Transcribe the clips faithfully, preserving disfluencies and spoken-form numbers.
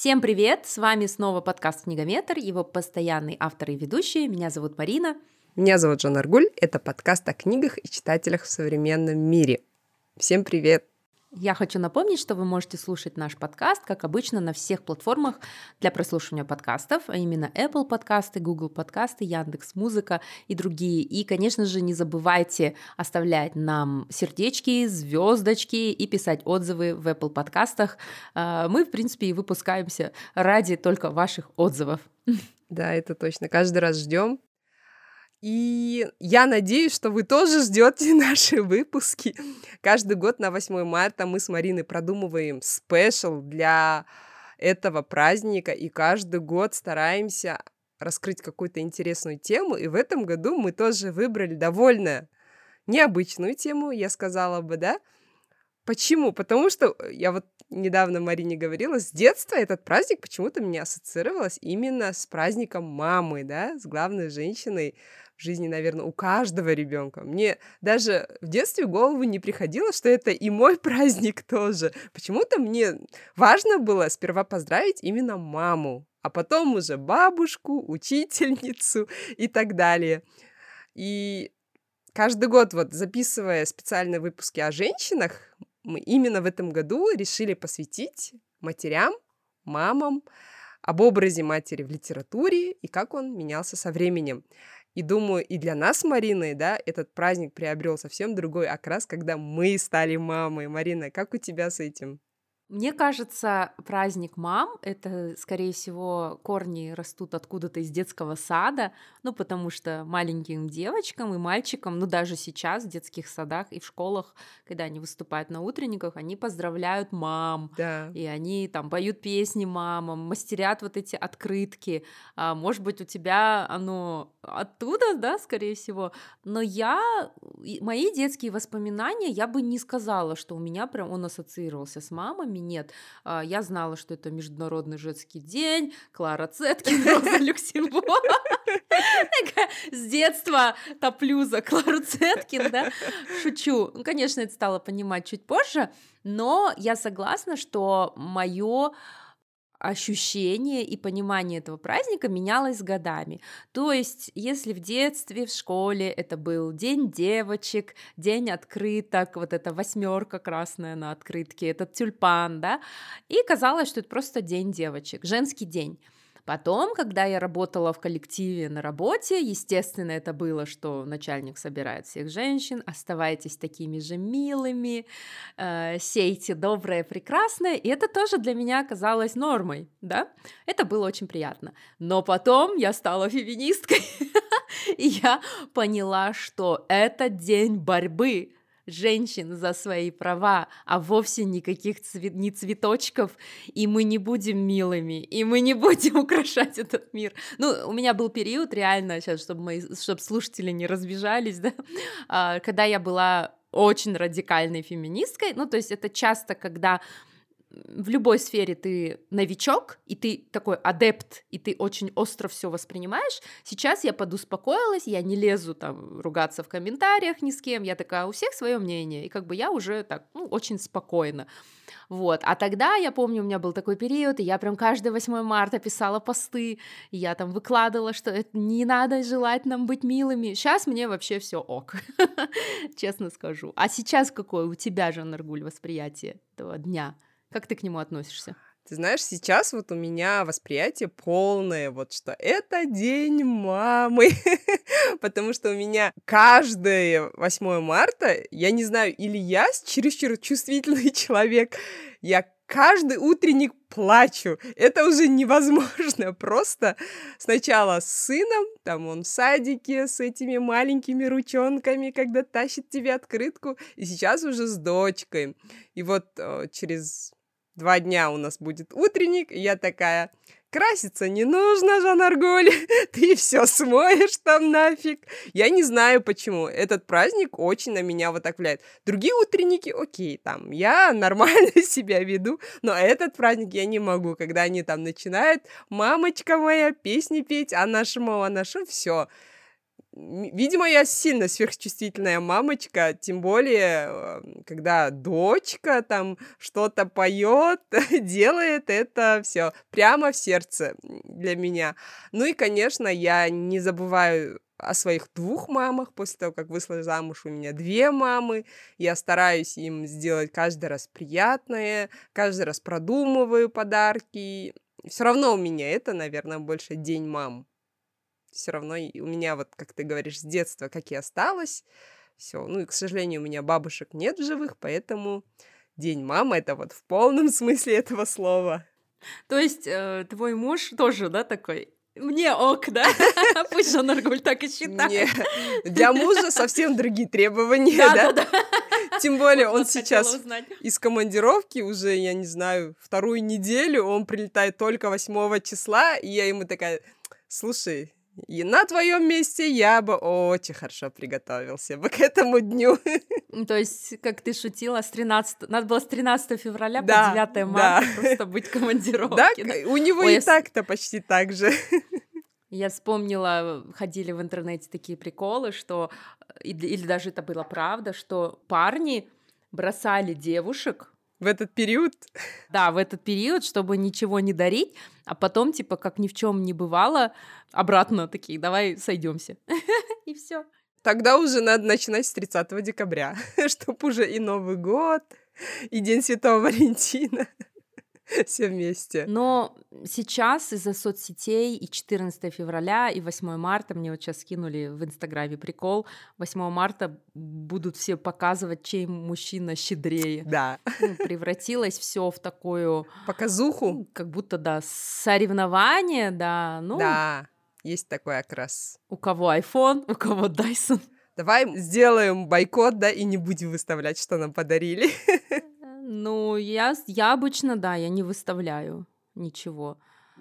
Всем привет! С вами снова подкаст «Книгометр», его постоянный автор и ведущий. Меня зовут Марина. Меня зовут Жанаргуль. Это подкаст о книгах и читателях в современном мире. Всем привет! Я хочу напомнить, что вы можете слушать наш подкаст, как обычно, на всех платформах для прослушивания подкастов, а именно Apple подкасты, Google подкасты, Яндекс.Музыка и другие. И, конечно же, не забывайте оставлять нам сердечки, звездочки и писать отзывы в Apple подкастах. Мы, в принципе, и выпускаемся ради только ваших отзывов. Да, это точно. Каждый раз ждем. И я надеюсь, что вы тоже ждете наши выпуски. Каждый год на восьмое марта мы с Мариной продумываем спешл для этого праздника, и каждый год стараемся раскрыть какую-то интересную тему. И в этом году мы тоже выбрали довольно необычную тему, я сказала бы, да? Почему? Потому что я вот недавно Марине говорила, с детства этот праздник почему-то мне ассоциировалось именно с праздником мамы, да, с главной женщиной в жизни, наверное, у каждого ребенка. Мне даже в детстве в голову не приходило, что это и мой праздник тоже. Почему-то мне важно было сперва поздравить именно маму, а потом уже бабушку, учительницу и так далее. И каждый год, вот записывая специальные выпуски о женщинах, мы именно в этом году решили посвятить матерям, мамам, об образе матери в литературе и как он менялся со временем. И думаю, и для нас с Мариной, да, этот праздник приобрел совсем другой окрас, когда мы стали мамой. Марина, как у тебя с этим? Мне кажется, праздник мам — это, скорее всего, корни растут откуда-то из детского сада, ну, потому что маленьким девочкам и мальчикам, ну, даже сейчас в детских садах и в школах, когда они выступают на утренниках, они поздравляют мам, Да. и они там поют песни мамам, мастерят вот эти открытки. А, может быть, у тебя оно оттуда, да, скорее всего, но я, и мои детские воспоминания, я бы не сказала, что у меня прям он ассоциировался с мамами. Нет, а, я знала, что это Международный женский день, Клара Цеткин, Роза Люксембург. Такая с детства топлю за Клару Цеткин, да, шучу. Ну, конечно, это стала понимать чуть позже, но я согласна, что мое ощущение и понимание этого праздника менялось с годами. То есть, если в детстве, в школе это был день девочек, день открыток, вот эта восьмерка красная на открытке, этот тюльпан, да, и казалось, что это просто день девочек, женский день. Потом, когда я работала в коллективе на работе, естественно, это было, что начальник собирает всех женщин, оставайтесь такими же милыми, э, сейте доброе, прекрасное, и это тоже для меня оказалось нормой, да, это было очень приятно. Но потом я стала феминисткой, и я поняла, что это день борьбы женщин за свои права, а вовсе никаких цве- не цветочков, и мы не будем милыми, и мы не будем украшать этот мир. Ну, у меня был период, реально, сейчас, чтобы, мои, чтобы слушатели не разбежались, да, а, когда я была очень радикальной феминисткой, ну, то есть это часто, когда в любой сфере ты новичок, и ты такой адепт, и ты очень остро все воспринимаешь. Сейчас я подуспокоилась, я не лезу там ругаться в комментариях ни с кем, я такая, у всех свое мнение, и как бы я уже так, ну, очень спокойно. Вот, а тогда, я помню, у меня был такой период, и я прям каждое восьмое марта писала посты, и я там выкладывала, что это не надо желать нам быть милыми. Сейчас мне вообще все ок, честно скажу. А сейчас какое у тебя, Жанаргуль, восприятие этого дня? Как ты к нему относишься? Ты знаешь, сейчас вот у меня восприятие полное, вот что это день мамы, потому что у меня каждое восьмое марта, я не знаю, или я чересчур чувствительный человек, я каждый утренник плачу, это уже невозможно, просто сначала с сыном, там он в садике с этими маленькими ручонками, когда тащит тебе открытку, и сейчас уже с дочкой, и вот э, через... Два дня у нас будет утренник, и я такая, краситься не нужно, Жанаргуль, ты все смоешь там нафиг. Я не знаю, почему. Этот праздник очень на меня вот так влияет. Другие утренники, окей, там, я нормально себя веду, но этот праздник я не могу, когда они там начинают, мамочка моя, песни петь, а наша мама, наша, все. видимо, я сильно сверхчувствительная мамочка, тем более, когда дочка там что-то поет, делает это все прямо в сердце для меня. Ну и, конечно, я не забываю о своих двух мамах. После того, как вышла замуж, у меня две мамы. Я стараюсь им сделать каждый раз приятное, каждый раз продумываю подарки. Все равно у меня это, наверное, больше день мам. Все равно у меня, вот, как ты говоришь, с детства, как и осталось. Все. Ну и, к сожалению, у меня бабушек нет в живых, поэтому день мамы — это вот в полном смысле этого слова. То есть э, твой муж тоже, да, такой? Мне ок, да? Пусть Жанаргуль так и считает. Нет, для мужа совсем другие требования, да? Да, да, да. Тем более Вот, он вот хотела сейчас узнать. из командировки уже, я не знаю, вторую неделю, он прилетает только восьмого числа, и я ему такая: слушай, и на твоем месте я бы очень хорошо приготовился бы к этому дню. Ну, то есть, как ты шутила, с тринадцатого... Надо было с тринадцатого февраля по Да, девятое да. марта просто быть в Да, командировке. да. к- у него Ой, и я, с- так-то почти так же. я вспомнила, ходили в интернете такие приколы, что... э, Или, или даже это было правда, что парни бросали девушек, В этот период, да, в этот период, чтобы ничего не дарить, а потом, типа, как ни в чем не бывало, обратно такие: давай сойдемся. И все. тогда уже надо начинать с тридцатого декабря, чтобы уже и Новый год, и День Святого Валентина все вместе. Но сейчас из-за соцсетей и четырнадцатого февраля, и восьмое марта, мне вот сейчас скинули в Инстаграме прикол, восьмого марта будут все показывать, чей мужчина щедрее. Да. Ну, превратилось все в такую, Показуху. ну, как будто, да, соревнование, да, ну, Да, есть такой окрас. у кого айфон, у кого Dyson. Давай сделаем бойкот, да, и не будем выставлять, что нам подарили. Ну, я, с- я обычно, да, я не выставляю ничего.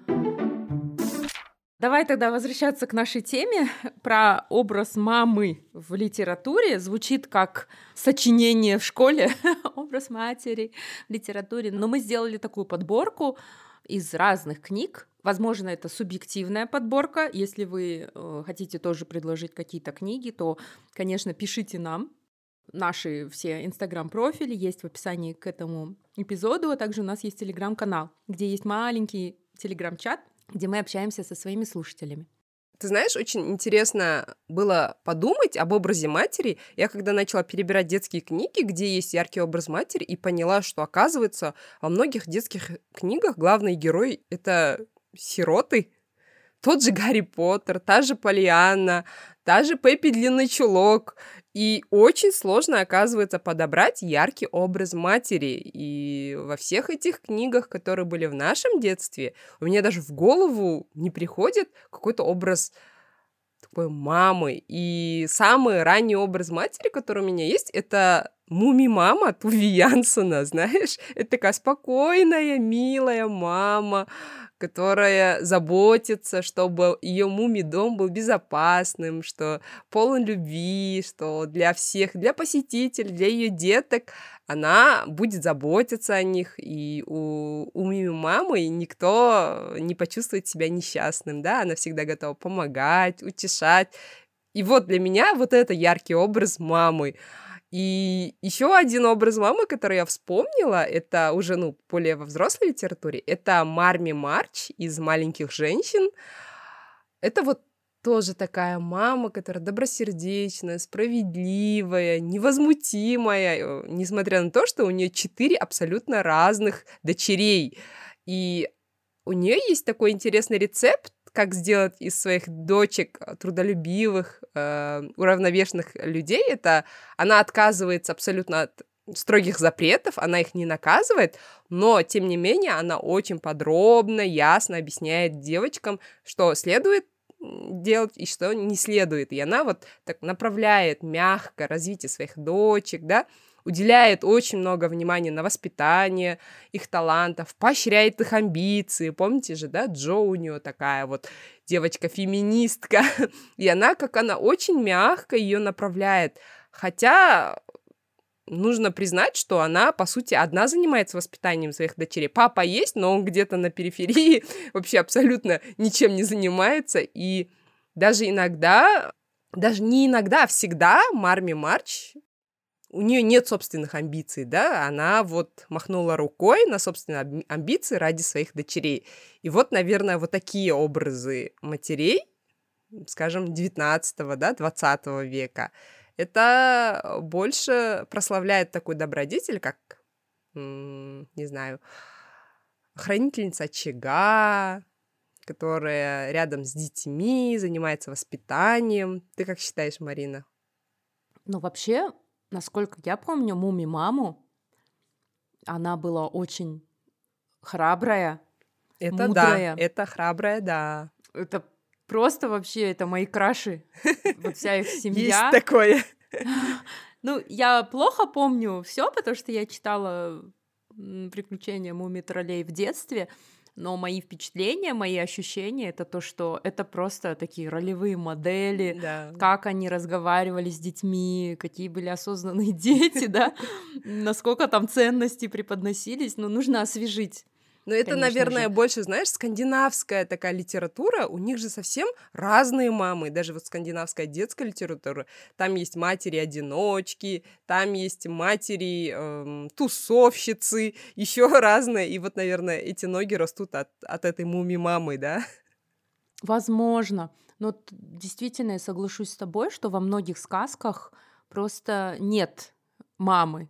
Давай тогда возвращаться к нашей теме про образ мамы в литературе. Звучит как сочинение в школе, образ матери в литературе. Но мы сделали такую подборку из разных книг. Возможно, это субъективная подборка. Если вы э, хотите тоже предложить какие-то книги, то, конечно, пишите нам. Наши все инстаграм-профили есть в описании к этому эпизоду, а также у нас есть телеграм-канал, где есть маленький телеграм-чат, где мы общаемся со своими слушателями. Ты знаешь, очень интересно было подумать об образе матери. Я когда начала перебирать детские книги, где есть яркий образ матери, и поняла, что, оказывается, во многих детских книгах главный герой — это сироты. Тот же Гарри Поттер, та же Поллианна, та же Пеппи Длинный Чулок. И очень сложно, оказывается, подобрать яркий образ матери. И во всех этих книгах, которые были в нашем детстве, у меня даже в голову не приходит какой-то образ такой мамы. И самый ранний образ матери, который у меня есть, это Муми-мама Туви Янсена, знаешь? Это такая спокойная, милая мама, которая заботится, чтобы ее муми-дом был безопасным, что полон любви, что для всех, для посетителей, для ее деток она будет заботиться о них, и у, у муми-мамы никто не почувствует себя несчастным, да, она всегда готова помогать, утешать. И вот для меня вот это яркий образ мамы. И еще один образ мамы, который я вспомнила, это уже, ну, более во взрослой литературе, это Марми Марч из «Маленьких женщин». Это вот тоже такая мама, которая добросердечная, справедливая, невозмутимая, э, несмотря на то, что у нее четыре абсолютно разных дочерей. И у нее есть такой интересный рецепт, как сделать из своих дочек трудолюбивых, э, уравновешенных людей. Это она отказывается абсолютно от строгих запретов, она их не наказывает, но, тем не менее, она очень подробно, ясно объясняет девочкам, что следует делать и что не следует. И она вот так направляет мягко развитие своих дочек, да, уделяет очень много внимания на воспитание их талантов, поощряет их амбиции. Помните же, да, Джо у нее такая вот девочка-феминистка. И она, как она очень мягко ее направляет. Хотя нужно признать, что она, по сути, одна занимается воспитанием своих дочерей. Папа есть, но он где-то на периферии, вообще абсолютно ничем не занимается. И даже иногда даже не иногда, а всегда Марми Марч, у нее нет собственных амбиций, да, она вот махнула рукой на собственные амби- амбиции ради своих дочерей. И вот, наверное, вот такие образы матерей, скажем, девятнадцатого, да, двадцатого века, это больше прославляет такой добродетель, как, м, не знаю, хранительница очага, которая рядом с детьми, занимается воспитанием. Ты как считаешь, Марина? Ну, вообще, насколько я помню, Муми-маму, она была очень храбрая, Это да, мудрая. это храбрая, да. Это просто вообще, это мои краши, вот вся их Есть семья. такое. Ну, я плохо помню все, потому что я читала м, «Приключения Муми-троллей» в детстве, но мои впечатления, мои ощущения — это то, что это просто такие ролевые модели, Да. как они разговаривали с детьми, какие были осознанные дети, да, насколько там ценности преподносились. Ну, нужно освежить, Но это, конечно наверное, же. больше, знаешь, скандинавская такая литература. У них же совсем разные мамы. Даже вот скандинавская детская литература. Там есть матери-одиночки, там есть матери эм, тусовщицы, еще разные. И вот, наверное, эти ноги растут от, от этой муми-мамы, да? Возможно. Но т- действительно я соглашусь с тобой, что во многих сказках просто нет мамы.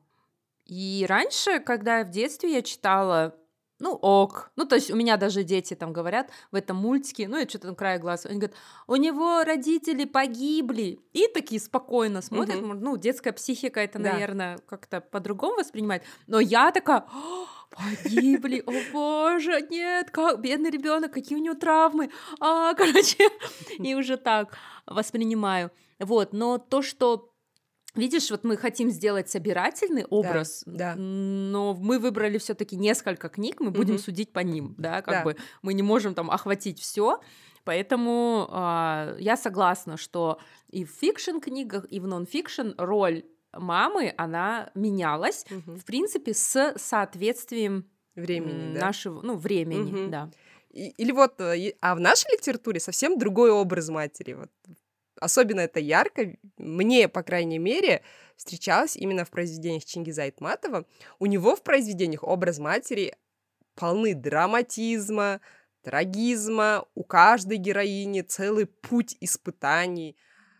И раньше, когда в детстве я читала, ну ок, ну то есть у меня даже дети там говорят в этом мультике, ну я что-то на край глаз, они говорят, у него родители погибли, и такие спокойно смотрят, Мгм. мо- ну детская психика это, Да. наверное, как-то по-другому воспринимает, но я такая, «А, погибли, о боже, нет, как бедный ребенок, какие у него травмы, а, короче, и уже так воспринимаю. Вот, но то, что видишь, вот мы хотим сделать собирательный Да, образ, н- да. но мы выбрали все-таки несколько книг, мы будем Мгм. судить по ним, да, как Да. бы мы не можем там охватить все, поэтому а, я согласна, что и в фикшн книгах, и в нон-фикшн роль мамы, она менялась, Мгм. в принципе, с соответствием Времени, м, да. нашего, ну, времени, Мгм. да. И- Или вот, э, и- а в нашей литературе совсем другой образ матери. Вот. Особенно это ярко, мне, по крайней мере, встречалось именно в произведениях Чингиза Айтматова. У него в произведениях образ матери полны драматизма, трагизма, у каждой героини целый путь испытаний.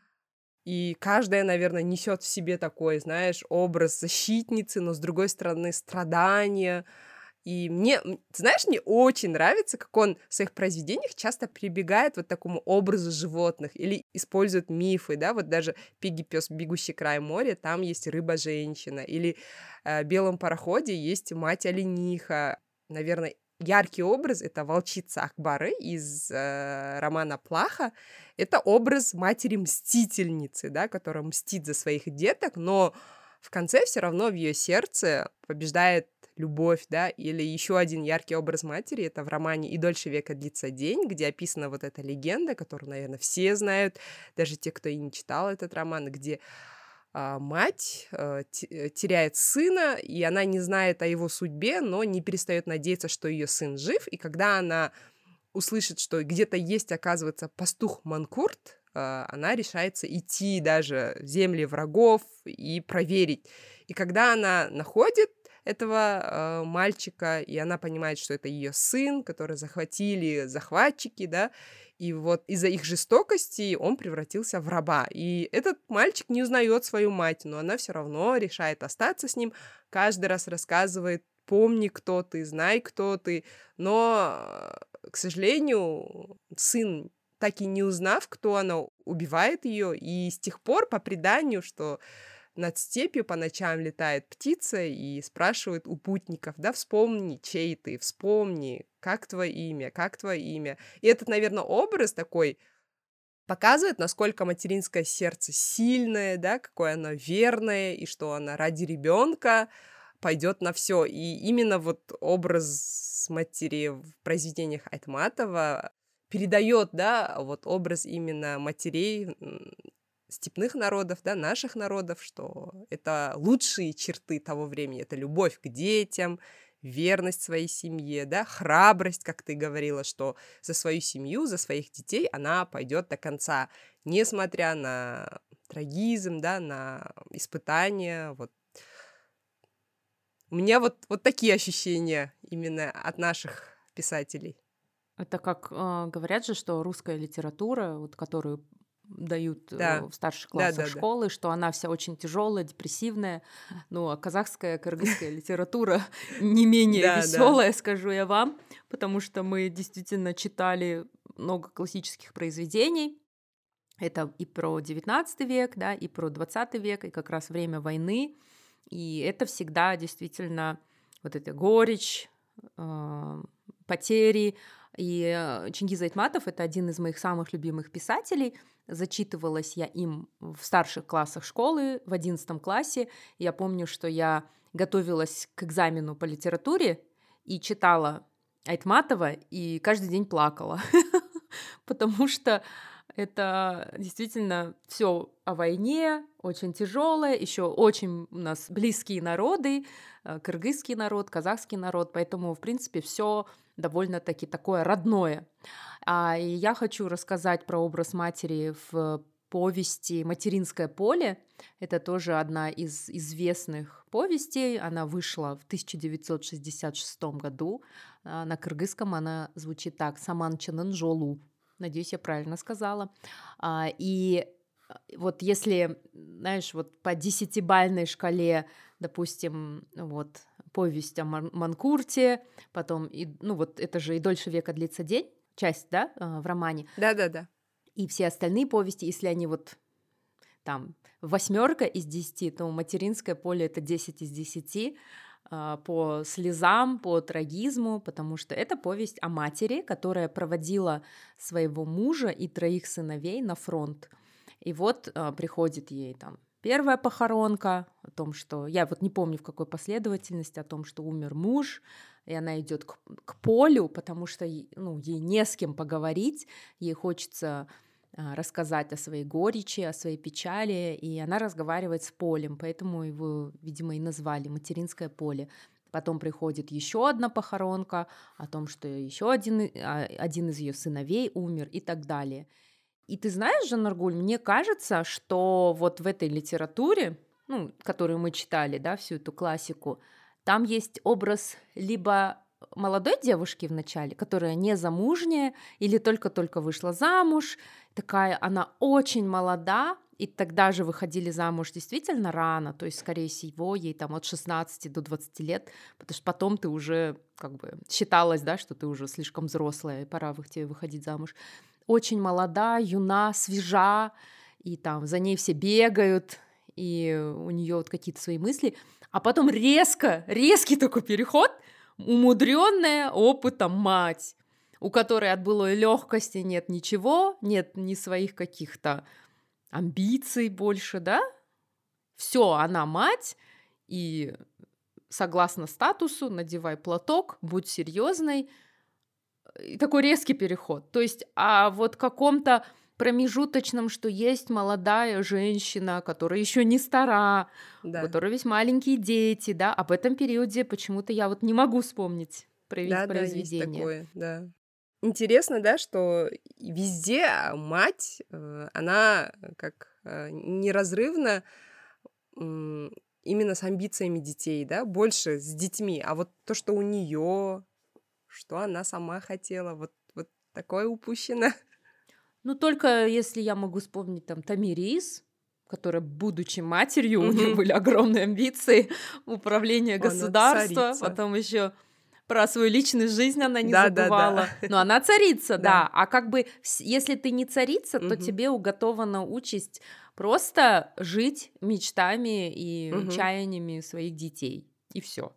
И каждая, наверное, несет в себе такой, знаешь, образ защитницы, но с другой стороны страдания. И мне, м, ты знаешь, мне очень нравится, как он в своих произведениях часто прибегает вот к такому образу животных или использует мифы, да, вот даже «Пигги пес, бегущий край моря», там есть рыба-женщина, или э, в «Белом пароходе» есть мать-олениха. Наверное, яркий образ — это волчица Акбары из э, романа «Плаха». Это образ матери-мстительницы, да, которая мстит за своих деток, но в конце все равно в ее сердце побеждает любовь, да, или еще один яркий образ матери — это в романе «И дольше века длится день», где описана вот эта легенда, которую, наверное, все знают, даже те, кто и не читал этот роман, где а, мать э, те- э, теряет сына, и она не знает о его судьбе, но не перестает надеяться, что ее сын жив, и когда она услышит, что где-то есть, оказывается, пастух Манкурт, а, она решается идти даже в земли врагов и проверить. И когда она находит этого э, мальчика, и она понимает, что это ее сын, который захватили захватчики, да, и вот из-за их жестокости он превратился в раба. И этот мальчик не узнает свою мать, но она все равно решает остаться с ним, каждый раз рассказывает: помни, кто ты, знай, кто ты. Но, э, к сожалению, сын, так и не узнав, кто она, убивает ее. И с тех пор, по преданию, что над степью по ночам летает птица и спрашивает у путников, да, вспомни, чей ты, вспомни, как твое имя, как твое имя. И этот, наверное, образ такой показывает, насколько материнское сердце сильное, да, какое оно верное, и что она ради ребенка пойдет на все. И именно вот образ матери в произведениях Айтматова передает, да, вот образ именно матерей м, степных народов, да, наших народов, что это лучшие черты того времени, это любовь к детям, верность своей семье, да, храбрость, как ты говорила, что за свою семью, за своих детей она пойдет до конца, несмотря на трагизм, да, на испытания. Вот. У меня вот, вот такие ощущения именно от наших писателей. Это как э, говорят же, что русская литература, вот, которую дают э, Да, в старших да, классах да, да. школы, что она вся очень тяжелая, депрессивная. Ну, а казахская, кыргызская литература не менее Да, да. веселая, скажу я вам, потому что мы действительно читали много классических произведений. Это и про девятнадцатый век, да, и про двадцатый век, и как раз время войны. И это всегда действительно вот эта горечь, э, потери. И э, Чингиз Айтматов — это один из моих самых любимых писателей. Зачитывалась я им в старших классах школы, в одиннадцатом классе. Я помню, что я готовилась к экзамену по литературе и читала Айтматова, и каждый день плакала, потому что это действительно все о войне, очень тяжелое, еще очень у нас близкие народы, э, кыргызский народ, казахский народ, поэтому, в принципе, все довольно-таки такое родное. А, и я хочу рассказать про образ матери в повести «Материнское поле». Это тоже одна из известных повестей. Она вышла в тысяча девятьсот шестьдесят шестом году. А, На кыргызском она звучит так: «Саманчынын жолу». Надеюсь, я правильно сказала. А, И а, вот если, знаешь, вот по десятибалльной шкале, допустим, вот повесть о Ман- Манкурте, потом, и, ну вот это же «И дольше века длится день», часть, да, а, в романе, Да-да-да. и все остальные повести, если они вот там восьмерка из десяти, то «Материнское поле» — это десять из десяти а, по слезам, по трагизму, потому что это повесть о матери, которая проводила своего мужа и троих сыновей на фронт. И вот а, приходит ей там первая похоронка о том, что я вот не помню в какой последовательности, о том, что умер муж, и она идет к, к полю, потому что ей- ну, ей не с кем поговорить, ей хочется а, рассказать о своей горечи, о своей печали, и она разговаривает с полем, поэтому его, видимо, и назвали «Материнское поле». Потом приходит еще одна похоронка о том, что еще один, и- а, один из ее сыновей умер и так далее. И ты знаешь, Жанаргуль, мне кажется, что вот в этой литературе, ну, которую мы читали, да, всю эту классику, там есть образ либо молодой девушки в начале, которая не замужняя или только-только вышла замуж, такая она очень молода, и тогда же выходили замуж действительно рано, то есть, скорее всего, ей там от шестнадцати до двадцати лет, потому что потом ты уже как бы считалось, да, что ты уже слишком взрослая, и пора вы- тебе выходить замуж. Очень молода, юна, свежа, и там за ней все бегают, и у нее вот какие-то свои мысли. А потом резко, резкий такой переход, умудренная опытом мать, у которой от былой легкости нет ничего, нет ни своих каких-то амбиций больше, да? Все, она мать, и согласно статусу надевай платок, будь серьезной, и такой резкий переход. То есть, а вот каком-то промежуточном, что есть молодая женщина, которая еще не стара, у Да. которой есть маленькие дети, да, об этом периоде почему-то я вот не могу вспомнить прови- Да-да, есть произведение. такое, да. Интересно, да, что везде а, мать, э, она э, как э, неразрывно м, именно с амбициями детей, да, больше с детьми. А вот то, что у нее, что она сама хотела, вот, вот такое упущено. Ну, только если я могу вспомнить там Тамирис, которая, будучи матерью, у нее Мгм. были огромные амбиции управления Она государства, царица. потом еще про свою личную жизнь она не Да-да-да. забывала. Но она царица, Да. да. А как бы, вс- если ты не царица, то Мгм. тебе уготована участь просто жить мечтами и Мгм. чаяниями своих детей. И все.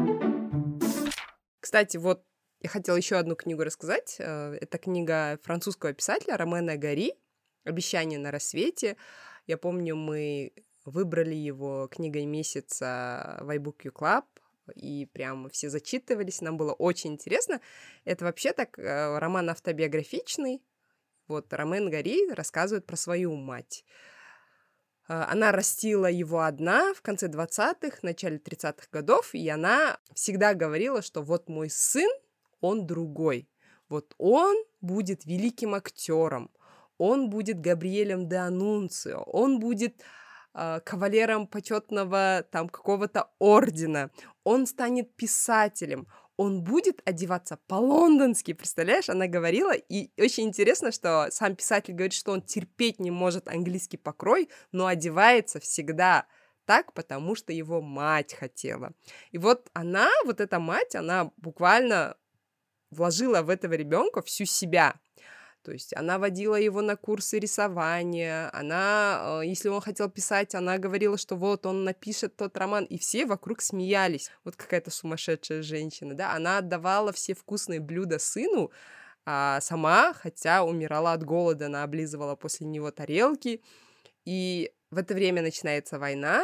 Кстати, вот я хотела еще одну книгу рассказать. Э, Это книга французского писателя Ромена Гари «Обещание на рассвете». Я помню, мы выбрали его книгой месяца в iBook Club, и прям все зачитывались, нам было очень интересно. Это вообще так э, роман автобиографичный. Вот Ромен Гари рассказывает про свою мать. Она растила его одна в конце двадцатых, начале тридцатых годов, и она всегда говорила, что вот мой сын, он другой. Вот он будет великим актером, он будет Габриэлем де Анунцио, он будет э, кавалером почетного там какого-то ордена, он станет писателем, он будет одеваться по-лондонски, представляешь? Она говорила, и очень интересно, что сам писатель говорит, что он терпеть не может английский покрой, но одевается всегда так, потому что его мать хотела. И вот она, вот эта мать, она буквально вложила в этого ребенка всю себя. То есть она водила его на курсы рисования, она, если он хотел писать, она говорила, что вот он напишет тот роман, и все вокруг смеялись. Вот какая-то сумасшедшая женщина, да, она отдавала все вкусные блюда сыну, а сама, хотя умирала от голода, она облизывала после него тарелки, и в это время начинается война,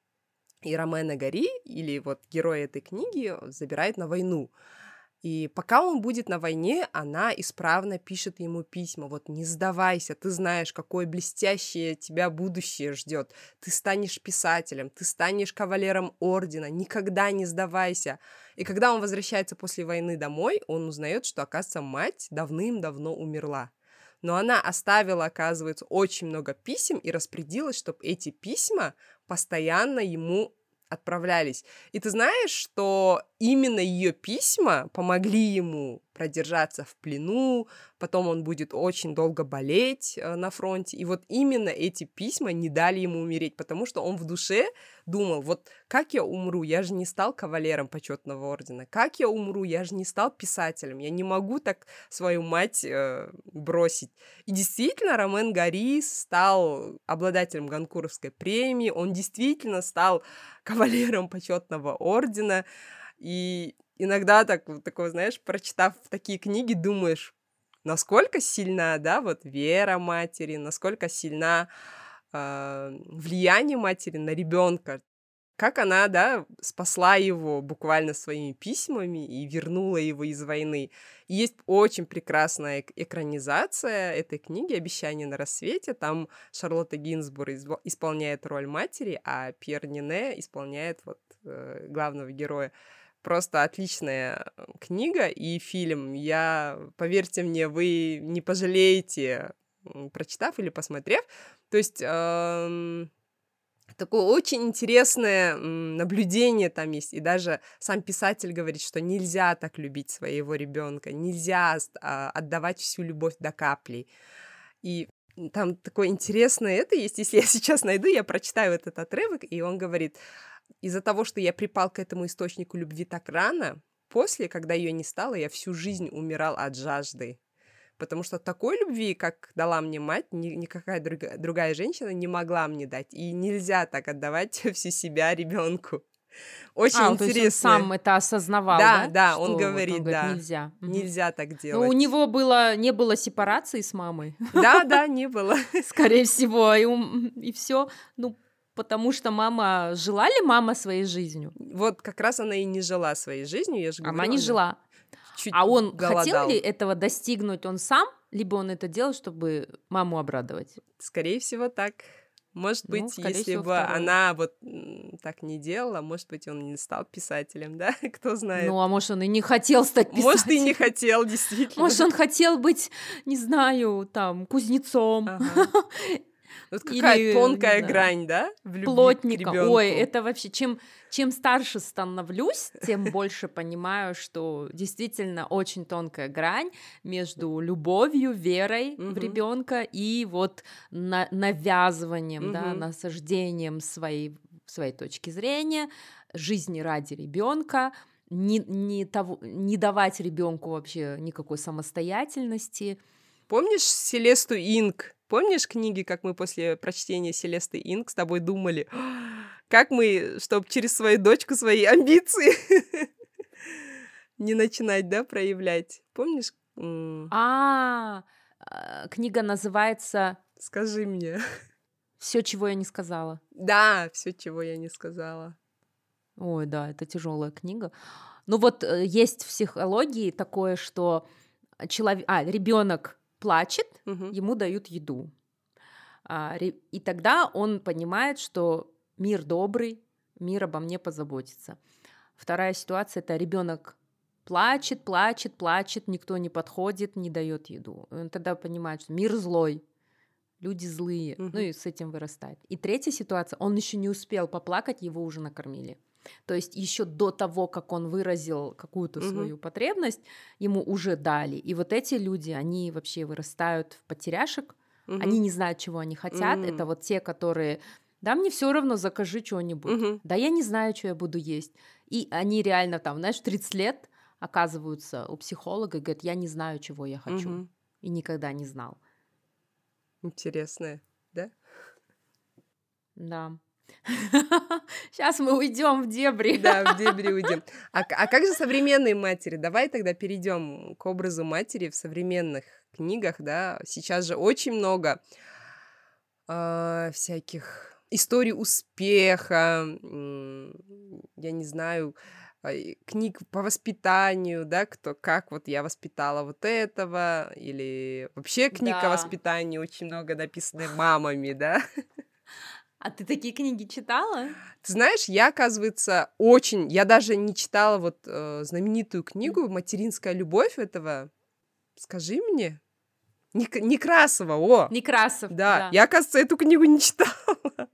и Ромена Гори, или вот герой этой книги, забирает на войну. И пока он будет на войне, она исправно пишет ему письма. Вот не сдавайся, ты знаешь, какое блестящее тебя будущее ждет. Ты станешь писателем, ты станешь кавалером ордена, никогда не сдавайся. И когда он возвращается после войны домой, он узнает, что, оказывается, мать давным-давно умерла. Но она оставила, оказывается, очень много писем и распорядилась, чтобы эти письма постоянно ему отправлялись. И ты знаешь, что именно ее письма помогли ему продержаться в плену, потом он будет очень долго болеть э, на фронте, и вот именно эти письма не дали ему умереть, потому что он в душе думал, вот как я умру, я же не стал кавалером почетного ордена, как я умру, я же не стал писателем, я не могу так свою мать э, бросить. И действительно, Ромен Гори стал обладателем Гонкуровской премии, он действительно стал кавалером почетного ордена, и иногда так, такое, знаешь, прочитав такие книги, думаешь, насколько сильна, да, вот вера матери, насколько сильна э, влияние матери на ребенка, как она, да, спасла его буквально своими письмами и вернула его из войны. И есть очень прекрасная экранизация этой книги «Обещание на рассвете». Там Шарлотта Гинзбург исполняет роль матери, а Пьер Нине исполняет вот э, главного героя. Просто отличная книга и фильм. Я, поверьте мне, вы не пожалеете, прочитав или посмотрев. То есть эм, такое очень интересное м, наблюдение там есть. И даже сам писатель говорит, что нельзя так любить своего ребенка, нельзя а, отдавать всю любовь до капли. И там такое интересное это есть. Если я сейчас найду, я прочитаю этот отрывок, и он говорит: из-за того, что я припал к этому источнику любви так рано, после, когда ее не стало, я всю жизнь умирал от жажды. Потому что такой любви, как дала мне мать, ни, никакая друг, другая женщина не могла мне дать. И нельзя так отдавать всю себя ребенку. Очень а, интересно. То есть он сам это осознавал, да? Да, да, что он говорит, вот он да. говорит, нельзя. Нельзя угу. так делать. Ну, у него было, не было сепарации с мамой. Да, да, не было. Скорее всего, и, и все. Ну, потому что мама... Жила ли мама своей жизнью? Вот как раз она и не жила своей жизнью, я же говорю. Она не жила. Чуть а он голодал. Хотел ли этого достигнуть он сам, либо он это делал, чтобы маму обрадовать? Скорее всего, так. Может Ну, быть, скорее если всего, бы второе. она вот так не делала, может быть, он не стал писателем, да? Кто знает. Ну, а может, он и не хотел стать писателем. Может, и не хотел, действительно. Может, он хотел быть, не знаю, там, кузнецом. Ага. Вот какая Или, тонкая не знаю, грань, да, в любви плотником. к ребенку. Ой, это вообще, чем, чем старше становлюсь, тем больше понимаю, что действительно очень тонкая грань между любовью, верой Мгм. в ребенка и вот на- навязыванием, да, Мгм. насаждением своей, своей точки зрения, жизни ради ребенка. Не, не, того, не давать ребенку вообще никакой самостоятельности. Помнишь Селесту Инг? Помнишь книги, как мы после прочтения Селесты Инг с тобой думали, как мы, чтобы через свою дочку свои амбиции не начинать, да, проявлять? Помнишь? М, А, а, книга называется Скажи мне. «Все, чего я не сказала». Да, все, чего я не сказала. Ой, да, это тяжелая книга. Ну вот э, есть в психологии такое, что человек, а, ребенок плачет, Мгм. ему дают еду. А, ре- И тогда он понимает, что мир добрый, мир обо мне позаботится. Вторая ситуация — это ребенок плачет, плачет, плачет, никто не подходит, не дает еду. Он тогда понимает, что мир злой, люди злые, ну Мгм. и с этим вырастает. И третья ситуация, он еще не успел поплакать, его уже накормили. То есть еще до того, как он выразил какую-то Мгм. свою потребность, ему уже дали. И вот эти люди, они вообще вырастают в потеряшек, они Мгм. не знают, чего они хотят. М. Это вот те, которые, да, мне все равно, закажи что-нибудь. Мгм. Да, я не знаю, что я буду есть. И они реально там, знаешь, в тридцать лет оказываются у психолога и говорят, я не знаю, чего я хочу. Мгм. И никогда не знал. Интересное, да? Да. Сейчас мы уйдем в дебри. Да, в дебри уйдем. А, к- а как же современные матери? Давай тогда перейдем к образу матери в современных книгах, да. Сейчас же очень много а, всяких историй успеха, м, я не знаю, а, и книг по воспитанию, да, кто как вот я воспитала вот этого, или вообще книг о Да. воспитании очень много написаны мамами, да. А ты такие книги читала? Ты знаешь, я, оказывается, очень... Я даже не читала вот э, знаменитую книгу «Материнская любовь» этого... Скажи мне. Нек- Некрасова, о! Некрасов. Да, Да. я, оказывается, эту книгу не читала.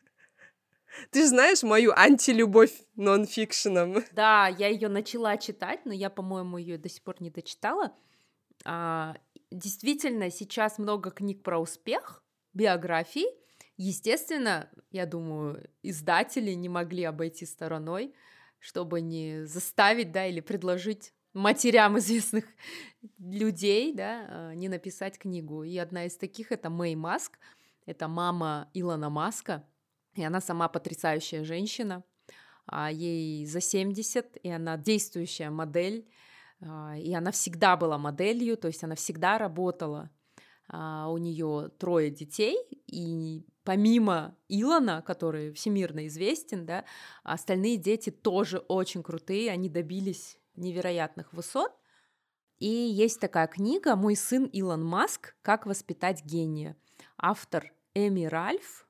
Ты же знаешь мою антилюбовь нонфикшеном. Да, я ее начала читать, но я, по-моему, ее до сих пор не дочитала. А, действительно, сейчас много книг про успех, биографий. Естественно, я думаю, издатели не могли обойти стороной, чтобы не заставить, да, или предложить матерям известных людей, да, а, не написать книгу. И одна из таких — это Мэй Маск, это мама Илона Маска, и она сама потрясающая женщина. А, ей за семьдесят, и она действующая модель, а, и она всегда была моделью, то есть она всегда работала. А, у нее трое детей, и помимо Илона, который всемирно известен, да, остальные дети тоже очень крутые, они добились невероятных высот. И есть такая книга «Мой сын Илон Маск. Как воспитать гения». Автор Эми Ральф.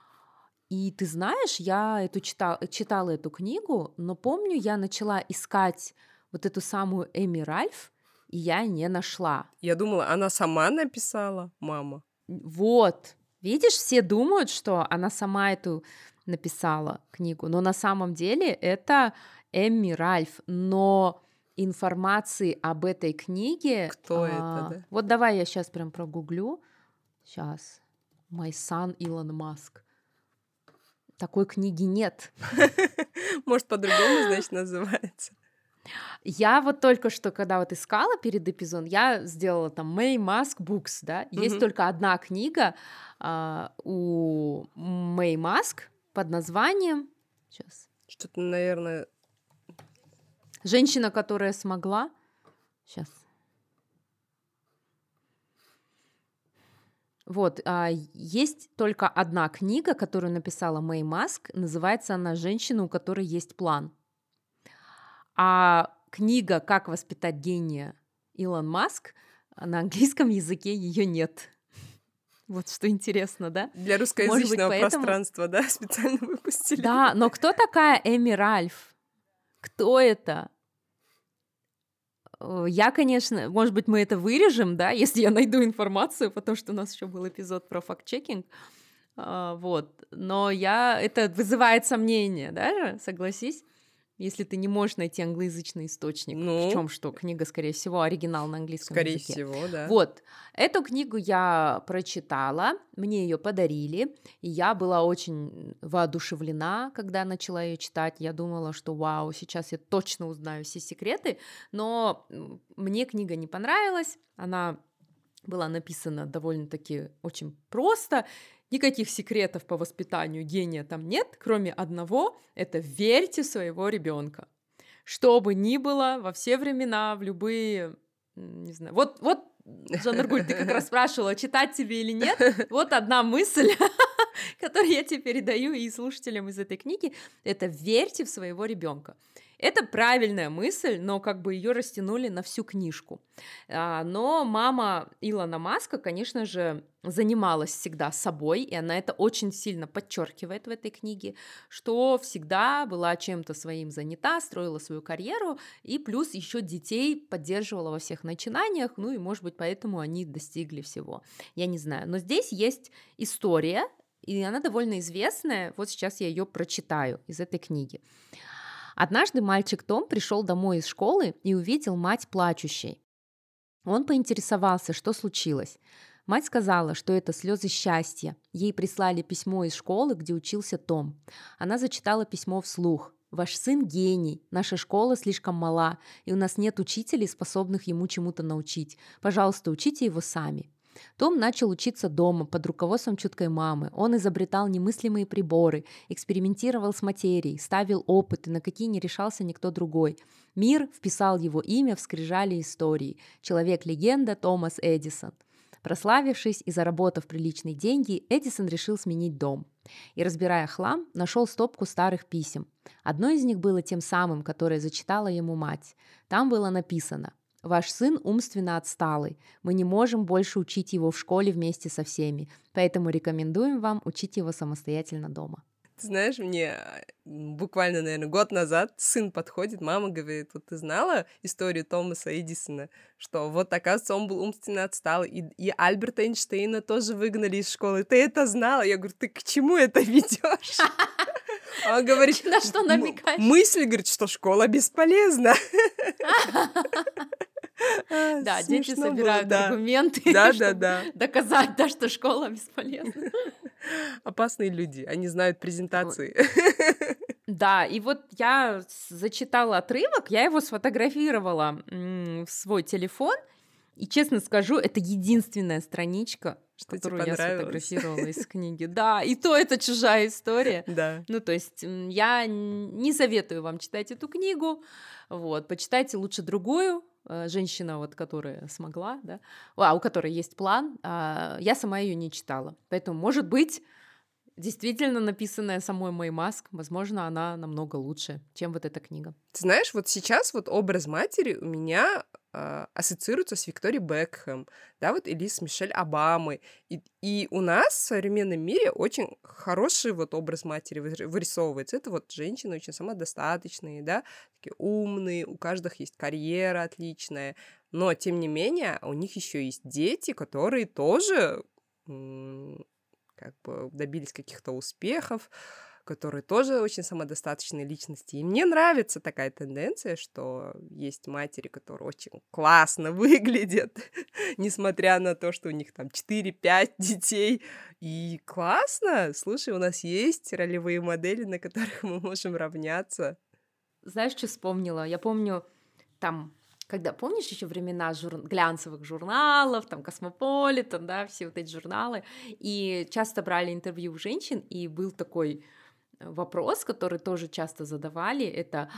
И ты знаешь, я эту читала, читала эту книгу, но помню, я начала искать вот эту самую Эми Ральф, и я не нашла. Я думала, она сама написала, мама. Вот, видишь, все думают, что она сама эту написала книгу, но на самом деле это Эми Ральф. Но информации об этой книге... Кто это, а, да? Вот давай я сейчас прям прогуглю. Сейчас. My son Илон Маск. Такой книги нет. Может, по-другому, значит, называется. Я вот только что, когда вот искала перед эпизодом, я сделала там May Mask Books, да, есть Мгм. только одна книга а, у May Mask под названием, сейчас, Что-то, наверное... «Женщина, которая смогла», сейчас, вот, а, есть только одна книга, которую написала Мэй Маск, называется она «Женщина, у которой есть план». А книга «Как воспитать гения» Илон Маск, на английском языке ее нет. Вот что интересно, да? Для Может быть, русскоязычного поэтому... пространства, да, специально выпустили. Да, но кто такая Эми Ральф? Кто это? Э, Я, конечно, может быть, мы это вырежем, да, если я найду информацию, потому что у нас еще был эпизод про факт-чекинг. А, вот. Но я... это вызывает сомнения, да, согласись? Если ты не можешь найти англоязычный источник, Ну, причем что книга, скорее всего, оригинал на английском скорее языке. всего, да. Вот, эту книгу я прочитала, мне ее подарили, и я была очень воодушевлена, когда начала ее читать. Я думала, что вау, сейчас я точно узнаю все секреты, но м, мне книга не понравилась, она была написана довольно-таки очень просто, никаких секретов по воспитанию гения там нет, кроме одного — это верьте в своего ребенка. Что бы ни было, во все времена, в любые, м, не знаю, вот, вот, Жаннаргуль, ты как раз спрашивала, читать тебе или нет, вот одна мысль, которую я тебе передаю и слушателям из этой книги, это верьте в своего ребенка. Это правильная мысль, но как бы ее растянули на всю книжку. А, Но мама Илона Маска, конечно же, занималась всегда собой, и она это очень сильно подчеркивает в этой книге, что всегда была чем-то своим занята, строила свою карьеру, и плюс еще детей поддерживала во всех начинаниях, ну и, может быть, поэтому они достигли всего. Я не знаю. Но здесь есть история, и она довольно известная. Вот сейчас я ее прочитаю из этой книги. Однажды мальчик Том пришел домой из школы и увидел мать плачущей. Он поинтересовался, что случилось. Мать сказала, что это слезы счастья. Ей прислали письмо из школы, где учился Том. Она зачитала письмо вслух. «Ваш сын гений, наша школа слишком мала, и у нас нет учителей, способных ему чему-то научить. Пожалуйста, учите его сами». Том начал учиться дома под руководством чуткой мамы. Он изобретал немыслимые приборы, экспериментировал с материей, ставил опыты, на какие не решался никто другой. Мир вписал его имя в скрижали истории. Человек-легенда Томас Эдисон. Прославившись и заработав приличные деньги, Эдисон решил сменить дом. И, разбирая хлам, нашел стопку старых писем. Одно из них было тем самым, которое зачитала ему мать. Там было написано: «Ваш сын умственно отсталый. Мы не можем больше учить его в школе вместе со всеми, поэтому рекомендуем вам учить его самостоятельно дома». Ты знаешь, мне буквально, наверное, год назад сын подходит, мама говорит: вот ты знала историю Томаса Эдисона, что вот, оказывается, он был умственно отсталый, и, и Альберта Эйнштейна тоже выгнали из школы. Ты это знала? Я говорю: ты к чему это ведешь? Он говорит: на что намекаешь? Мысль, говорит, что школа бесполезна. Да, дети собирают аргументы, чтобы доказать, да, что школа бесполезна. Опасные люди, они знают презентации. Да, и вот я зачитала отрывок, я его сфотографировала в свой телефон, и, честно скажу, это единственная страничка, что которую я сфотографировала из книги. Да, и то это чужая история. Да. Ну, то есть я не советую вам читать эту книгу, вот, почитайте лучше другую. Женщина, вот, которая смогла, да, а, у которой есть план, а, я сама ее не читала. Поэтому, может быть, действительно написанная самой Мэй Маск, возможно, она намного лучше, чем вот эта книга. Ты знаешь, вот сейчас вот образ матери у меня э, ассоциируется с Викторией Бекхэм, да, вот, или с Мишель Обамой. И, и у нас в современном мире очень хороший вот образ матери вырисовывается. Это вот женщины очень самодостаточные, да, такие умные, у каждых есть карьера отличная, но, тем не менее, у них еще есть дети, которые тоже м- как бы добились каких-то успехов, которые тоже очень самодостаточные личности. И мне нравится такая тенденция, что есть матери, которые очень классно выглядят, несмотря на то, что у них там четыре-пять детей. И классно! Слушай, у нас есть ролевые модели, на которых мы можем равняться. Знаешь, что вспомнила? Я помню, там, когда, помнишь, еще времена жур... глянцевых журналов, там, Космополитен, да, все вот эти журналы, и часто брали интервью у женщин, и был такой вопрос, который тоже часто задавали, это: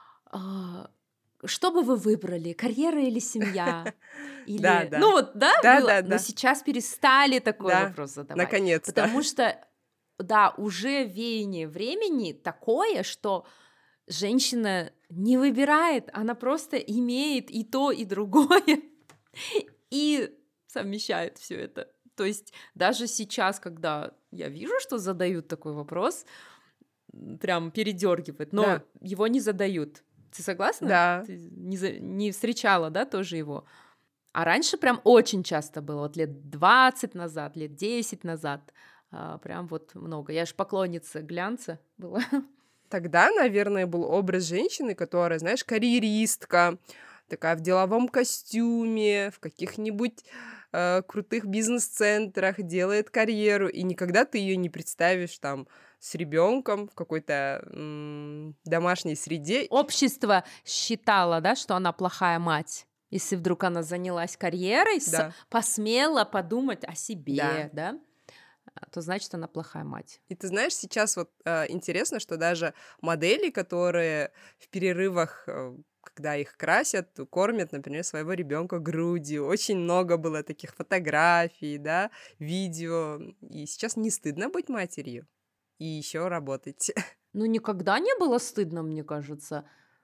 что бы вы выбрали, карьера или семья? Или... Да, да. Ну вот, да, да, было? да, Но да. сейчас перестали такой Да, вопрос задавать. наконец-то. Потому что, да, уже веяние времени такое, что женщина не выбирает, она просто имеет и то, и другое, и совмещает все это. То есть даже сейчас, когда я вижу, что задают такой вопрос, прям передергивает, но Да. его не задают. Ты согласна? Да. Ты не, за... не встречала, да, тоже его? А раньше прям очень часто было, вот лет двадцать назад, лет десять назад, а, прям вот много. Я ж поклонница глянца была. Тогда, наверное, был образ женщины, которая, знаешь, карьеристка, такая в деловом костюме, в каких-нибудь э, крутых бизнес-центрах, делает карьеру, и никогда ты ее не представишь там с ребенком в какой-то м- домашней среде. Общество считало, да, что она плохая мать. Если вдруг она занялась карьерой, Да. с... посмела подумать о себе, Да. да, то значит, она плохая мать. И ты знаешь, сейчас вот э, интересно, что даже модели, которые в перерывах, э, когда их красят, кормят, например, своего ребенка грудью. Очень много было таких фотографий, да, видео. И сейчас не стыдно быть матерью и еще работать. Ну, никогда не было стыдно, мне кажется.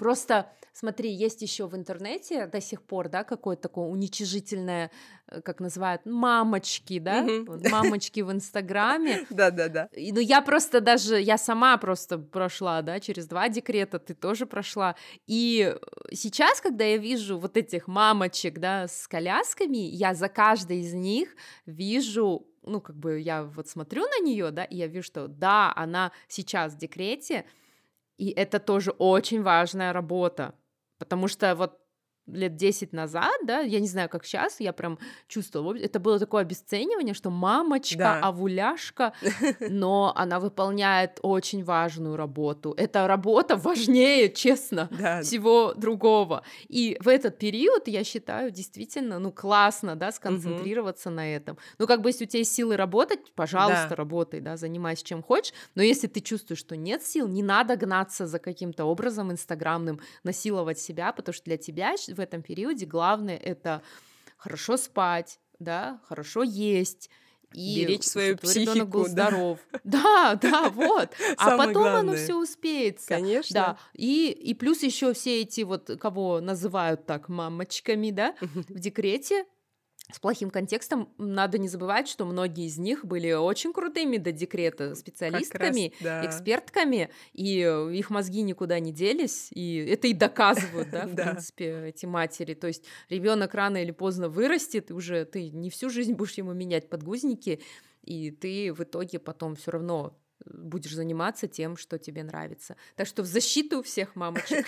Просто смотри, есть еще в интернете до сих пор, да, какое-то такое уничижительное, э, как называют, мамочки, да, Мгм. вот мамочки в Инстаграме. Да-да-да. И, ну, я просто даже, я сама просто прошла, да, через два декрета, ты тоже прошла. И э, сейчас, когда я вижу вот этих мамочек, да, с колясками, я за каждой из них вижу, ну, как бы я вот смотрю на нее, да, и я вижу, что да, она сейчас в декрете, и это тоже очень важная работа, потому что вот лет десять назад, да, я не знаю, как сейчас, я прям чувствовала, это было такое обесценивание, что мамочка, Да. овуляшка, но она выполняет очень важную работу. Эта работа важнее, честно, Да. всего другого. И в этот период, я считаю, действительно, ну, классно, да, Мгм. сконцентрироваться на этом. Ну, как бы, если у тебя есть силы работать, пожалуйста, Да. работай, да, занимайся чем хочешь, но если ты чувствуешь, что нет сил, не надо гнаться за каким-то образом инстаграмным, насиловать себя, потому что для тебя щ- в этом периоде главное — это хорошо спать, да, хорошо есть, и Беречь свою чтобы твой ребенок был психику, да. здоров. Да, да, вот. А Самое потом оно главное. все успеется. Конечно. Да. И, и плюс еще все эти вот, кого называют так мамочками, да, в декрете, с плохим контекстом, надо не забывать, что многие из них были очень крутыми до декрета Как раз, специалистками, да. экспертками, и э, их мозги никуда не делись, и это и доказывают, да, в Да. принципе, эти матери. То есть ребенок рано или поздно вырастет, и уже ты не всю жизнь будешь ему менять подгузники, и ты в итоге потом все равно будешь заниматься тем, что тебе нравится. Так что в защиту всех мамочек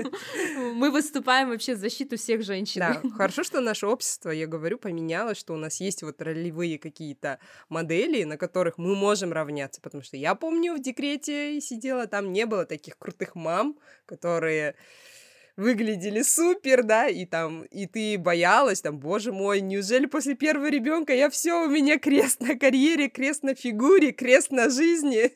мы выступаем вообще в защиту всех женщин. Да, хорошо, что наше общество, я говорю, поменялось, что у нас есть вот ролевые какие-то модели, на которых мы можем равняться, потому что я помню, в декрете сидела, там не было таких крутых мам, которые выглядели супер, да, и там, и ты боялась, там, боже мой, неужели после первого ребенка я все, у меня крест на карьере, крест на фигуре, крест на жизни.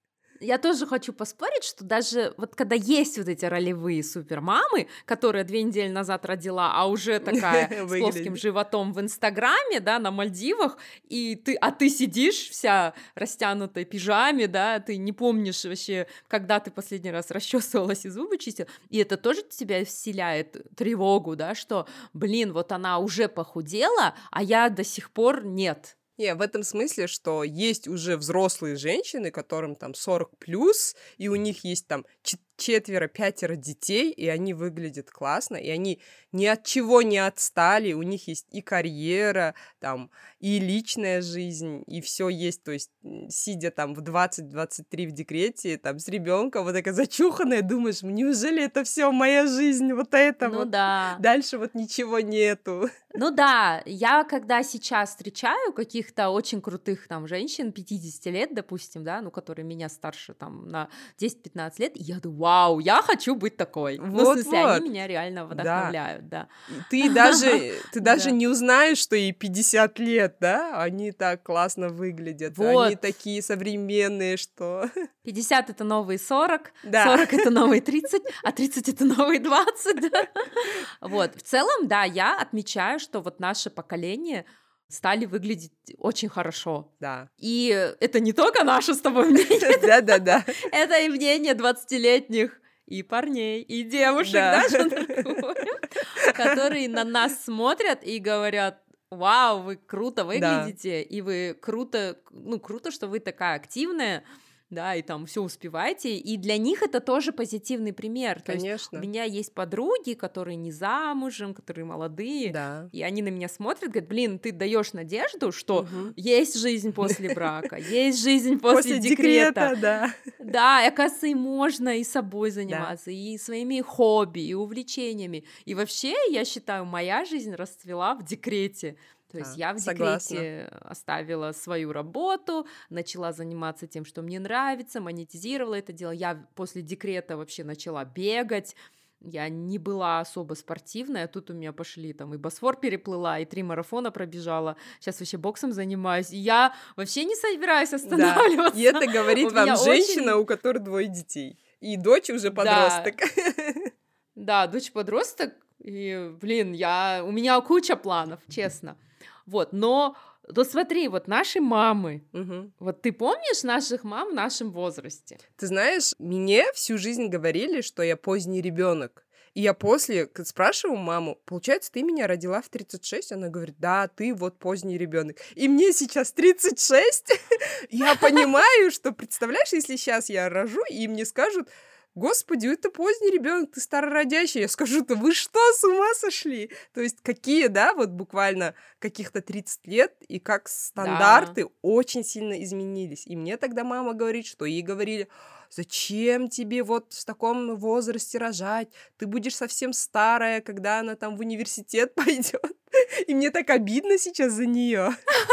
Я тоже хочу поспорить, что даже вот когда есть вот эти ролевые супермамы, которая две недели назад родила, а уже такая с плоским Выглядит. животом в Инстаграме, да, на Мальдивах, и ты, а ты сидишь вся растянутой пижаме, да, ты не помнишь вообще, когда ты последний раз расчесывалась и зубы чистила, и это тоже тебя вселяет тревогу, да, что, блин, вот она уже похудела, а я до сих пор нет. Не, в этом смысле, что есть уже взрослые женщины, которым там сорок плюс, и у них есть там чет- четверо, пятеро детей, и они выглядят классно, и они ни от чего не отстали, у них есть и карьера, там, и личная жизнь, и все есть, то есть, м, сидя там в двадцать-двадцать три в декрете, там, с ребенком, вот такая зачуханная, думаешь, неужели это все моя жизнь, вот это Ну вот, да. дальше вот ничего нету. Ну да, я когда сейчас встречаю каких-то очень крутых там женщин пятидесяти лет, допустим, да, ну, которые меня старше там на десять-пятнадцать лет, и я думаю, вау, я хочу быть такой. Ну, в смысле, Вот-вот. они меня реально Да. вдохновляют, да. И ты даже, ты даже Да. не узнаешь, что ей пятьдесят лет, да? Они так классно выглядят, они Вот. такие современные, что... пятьдесят — это новые сорок, Да. сорок — это новые тридцать, а тридцать — это новые двадцать, да. Вот, в целом, да, я отмечаю, что вот наше поколение стали выглядеть очень хорошо. Да. И это не только наше с тобой мнение, Да-да-да. это и мнение двадцатилетних и парней, и девушек, Да. да, жандаркуем, которые на нас смотрят и говорят: вау, вы круто выглядите, и вы круто, ну, круто, что вы такая активная, да, и там все успеваете, и для них это тоже позитивный пример. То есть у Конечно. меня есть подруги, которые не замужем, которые молодые, Да. и они на меня смотрят, говорят: блин, ты даешь надежду, что Мгм. есть жизнь после брака, есть жизнь после, После декрета. декрета, да. Да, и оказывается, и можно и собой заниматься, и своими хобби, и увлечениями. И вообще, я считаю, моя жизнь расцвела в декрете. То есть Да, я в согласна. декрете оставила свою работу, начала заниматься тем, что мне нравится, монетизировала это дело. Я после декрета вообще начала бегать. Я не была особо спортивная, тут у меня пошли там и Босфор переплыла, и три марафона пробежала. Сейчас вообще боксом занимаюсь. И я вообще не собираюсь Да. останавливаться. И это говорит У вам меня женщина, очень... у которой двое детей. И дочь уже Да, подросток. да, дочь подросток, и, блин, я... у меня куча планов, честно. Вот, но То смотри, вот наши мамы, Мгм. вот ты помнишь наших мам в нашем возрасте? Ты знаешь, мне всю жизнь говорили, что я поздний ребенок. И я после к- спрашиваю маму, получается, ты меня родила в тридцать шесть? Она говорит, да, ты вот поздний ребенок. И мне сейчас тридцать шесть. Я понимаю, что, представляешь, если сейчас я рожу, и мне скажут, господи, это поздний ребенок, ты старородящий. Я скажу, да вы что, с ума сошли? То есть какие, да, вот буквально каких-то тридцать лет, и как Да, стандарты очень сильно изменились. И мне тогда мама говорит, что ей говорили, зачем тебе вот в таком возрасте рожать? Ты будешь совсем старая, когда она там в университет пойдет. И мне так обидно сейчас за нее.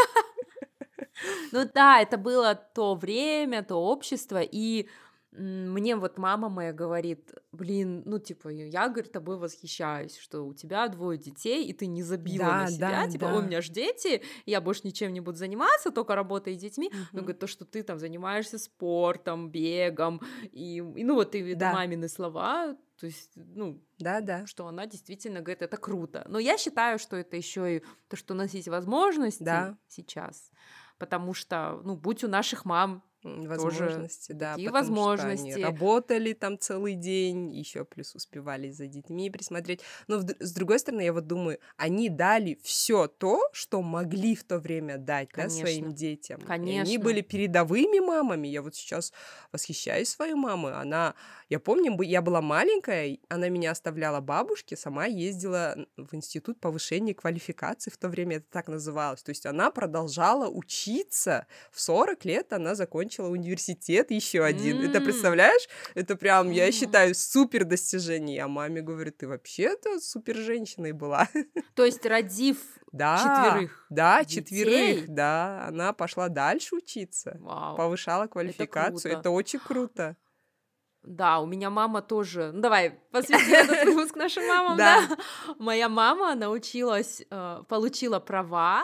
ну да, это было то время, то общество, и м, мне вот мама моя говорит, блин, ну типа, я, говорит, тобой восхищаюсь, что у тебя двое детей, и ты не забила на Да, да, себя, типа, ой, у да. меня ж дети, я больше ничем не буду заниматься, только работой и детьми, но, Мгм. говорит, то, что ты там занимаешься спортом, бегом, и, и, ну вот, и это Да, мамины слова, то есть, ну, да, да, что она действительно говорит, это круто. Но я считаю, что это еще и то, что у нас есть возможности да. сейчас, потому что, ну, будь у наших мам М, тоже Возможности, да, такие потому что они возможности, работали там целый день, еще плюс успевали за детьми присмотреть. Но в д- с другой стороны, я вот думаю, они дали все то, что могли в то время дать, да, своим конечно, детям. И они конечно. были передовыми мамами. Я вот сейчас восхищаюсь своей мамой. Она, я помню, бы- я была маленькая, и она меня оставляла бабушке, сама ездила н- в институт повышения квалификации, в то время это так называлось. То есть она продолжала учиться. В сорок лет она закончила университет еще один. Это, М. представляешь? Это прям, я считаю, супер достижение. А маме говорю, ты вообще-то супер женщиной была. То есть, родив Да, четверых да, четверых, детей, да. Она пошла дальше учиться, вау, повышала это квалификацию. круто. Это очень круто. Да, у меня мама тоже. Ну, давай, посвятим этот выпуск нашим мамам, да? Да. Моя мама научилась, э, получила права,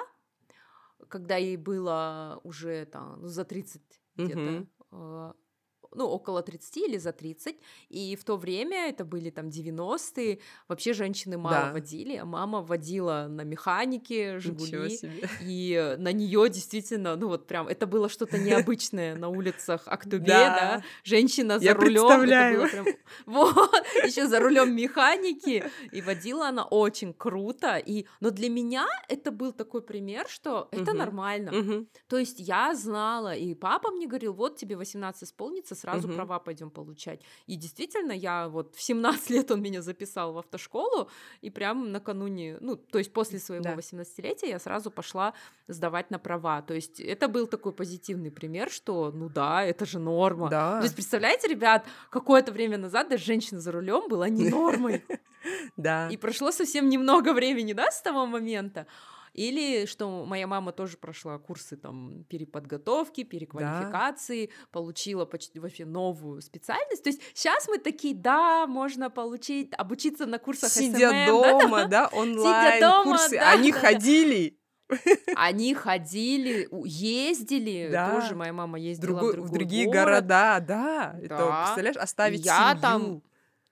когда ей было уже там, ну, за тридцать где-то, Мгм. э, ну, около тридцати или за тридцать, и в то время, это были там девяностые, вообще женщины мало Да. водили, а мама водила на механике, Ничего «Жигули», себе. и на нее действительно, ну вот прям, это было что-то необычное на улицах Актубе, да, Да, женщина за я рулем, это было представляю. прям, вот, еще за рулем механики, и водила она очень круто, и, но для меня это был такой пример, что это Мгм. нормально, Мгм. то есть я знала, и папа мне говорил, вот тебе восемнадцать исполнится, сразу Мгм. права пойдем получать. И действительно, я вот в семнадцать лет он меня записал в автошколу, и прям накануне, ну, то есть после своего Да. восемнадцатилетия я сразу пошла сдавать на права. То есть это был такой позитивный пример, что, ну да, это же норма. То есть Да. представляете, ребят, какое-то время назад даже женщина за рулем была не нормой. Да. И прошло совсем немного времени, да, с того момента. Или что моя мама тоже прошла курсы там переподготовки, Да. переквалификации, получила почти вообще новую специальность. То есть сейчас мы такие, да, можно получить, обучиться на курсах Сидя эс эм эм, да, дома, да, сидя онлайн дома, курсы, да, они да, да. ходили. Они ходили, у- ездили, тоже Да, моя мама в ездила в другой, в другой другие город, города, да. Это, да, представляешь, и оставить я там семью.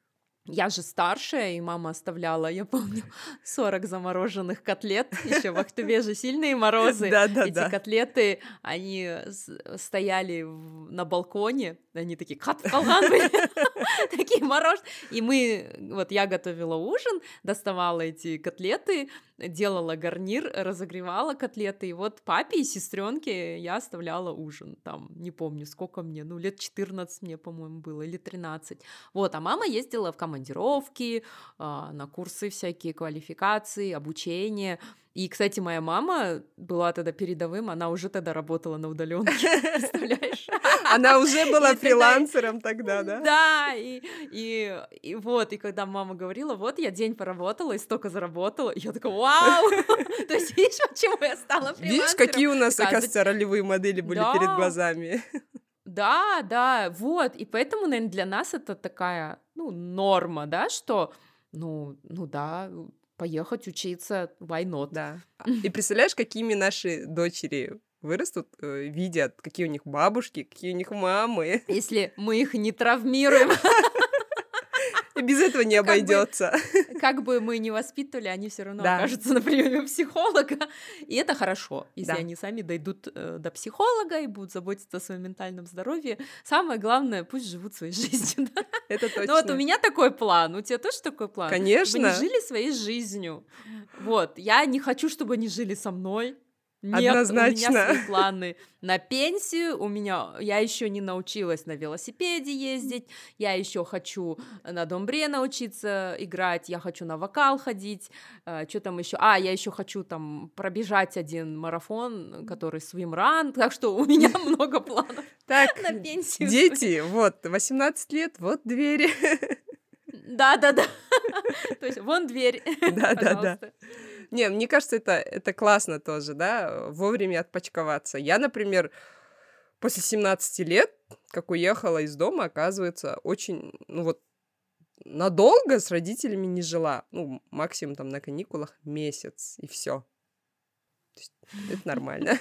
Я же старшая, и мама оставляла, я помню, сорок замороженных котлет. Еще в Актубе же сильные морозы. Эти Да-да-да. котлеты, они с- стояли в- на балконе, они такие кат в калган были, такие мороженые. И мы, вот я готовила ужин, доставала эти котлеты, делала гарнир, разогревала котлеты, и вот папе и сестренке я оставляла ужин. Там, не помню, сколько мне, ну, лет четырнадцать мне, по-моему, было, или тринадцать. Вот, а мама ездила в командировки, а, на курсы всякие, квалификации, обучение. И, кстати, моя мама была тогда передовым, она уже тогда работала на удаленке, представляешь? Она уже была И тогда фрилансером тогда, да? да, и, и, и вот, и когда мама говорила, вот я день поработала и столько заработала, я такая, вау! То есть видишь, почему я стала Видишь, фрилансером? какие у нас, Такая, «А за- оказывается, ролевые модели были перед да, глазами. да, да, вот, и поэтому, наверное, для нас это такая, ну, норма, да, что, ну, ну да, поехать учиться, why not? Да. А, И представляешь, какими наши дочери вырастут, э, видят, какие у них бабушки, какие у них мамы. Если мы их не травмируем, И без этого не ну, как бы, обойдется. Как бы мы ни воспитывали, они все равно Да. окажутся на приеме у психолога. И это хорошо, если Да. они сами дойдут э, до психолога и будут заботиться о своем ментальном здоровье. Самое главное, пусть живут своей жизнью. Да? Это Ну вот у точно. меня такой план, у тебя тоже такой план? Чтобы они Конечно. жили своей жизнью. Вот, я не хочу, чтобы они жили со мной. Нет, у меня Однозначно. свои планы на пенсию, у меня, я еще не научилась на велосипеде ездить, я еще хочу на домбре научиться играть, я хочу на вокал ходить, что там еще, а, я еще хочу там пробежать один марафон, который swimrun, так что у меня много планов Так, на пенсию. дети, вот, восемнадцать лет, вот двери. Да-да-да, то есть вон дверь, Да-да-да. пожалуйста. Не, мне кажется, это, это классно тоже, да, вовремя отпочковаться. Я, например, после семнадцати лет, как уехала из дома, оказывается, очень, ну вот, надолго с родителями не жила. Ну, максимум там на каникулах месяц, и все. Это нормально.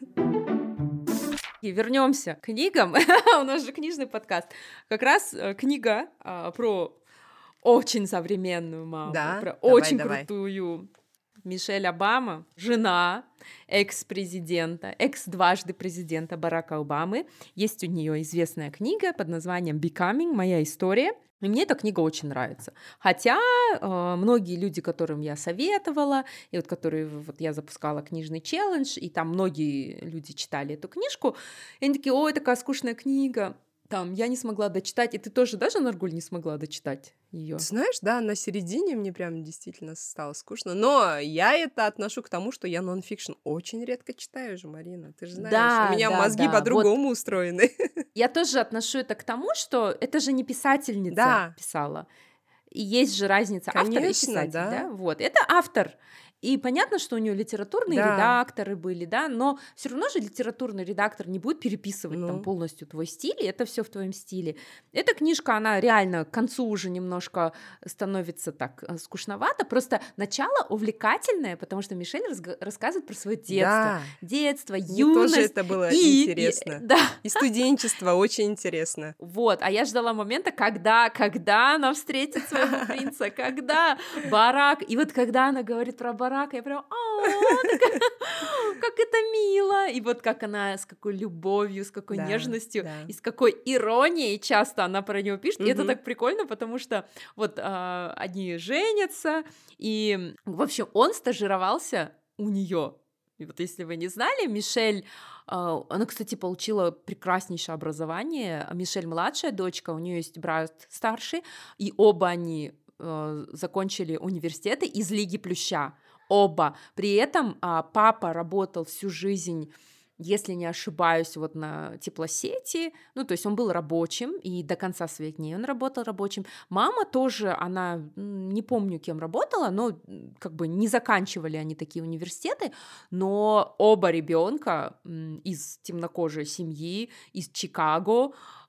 И вернемся к книгам. У нас же книжный подкаст. Как раз э, книга а, про очень современную маму, Да, про давай, очень давай. крутую Мишель Обама, жена экс-президента, экс-дважды президента Барака Обамы. Есть у нее известная книга под названием «Becoming. Моя история». И мне эта книга очень нравится. Хотя э, многие люди, которым я советовала, и вот которые вот я запускала книжный челлендж, и там многие люди читали эту книжку, и они такие: ой, такая скучная книга. Там, я не смогла дочитать. И ты тоже, даже, Наргуль, не смогла дочитать ее? Ты знаешь, да, на середине мне прям действительно стало скучно. Но я это отношу к тому, что я нон-фикшн очень редко читаю же, Марина. Ты же знаешь, Да, у меня да, мозги да, по-другому устроены. Я тоже отношу это к тому, что это же не писательница Да. писала. И есть же разница автор и Конечно, писатель, да. да? Вот, это автор. И понятно, что у нее литературные Да. редакторы были, да, но все равно же литературный редактор не будет переписывать там Ну. полностью твой стиль, и это все в твоем стиле. Эта книжка, она реально к концу уже немножко становится так э, скучновато, просто начало увлекательное, потому что Мишель разга- рассказывает про свое детство, Да. детство, Мне юность. тоже это было и- и- интересно. да, И студенчество очень интересно. вот, а я ждала момента, когда, когда она встретит своего принца, когда Барак, и вот когда она говорит про Барака, я прям, «А, такая, как это мило», и вот как она, с какой любовью, с какой Да, нежностью, да. и с какой иронией часто она про него пишет, и это Мгм. так прикольно, потому что вот а, они женятся, и, в общем, он стажировался у нее. И вот если вы не знали, Мишель, а, она, кстати, получила прекраснейшее образование. Мишель младшая дочка, у нее есть брат старший, и оба они э, закончили университеты из Лиги Плюща. Оба. При этом а, папа работал всю жизнь, если не ошибаюсь, вот на теплосети, ну, то есть он был рабочим, и до конца своих дней он работал рабочим. Мама тоже, она, м, не помню, кем работала, но м, как бы не заканчивали они такие университеты, но оба ребенка из темнокожей семьи, из Чикаго,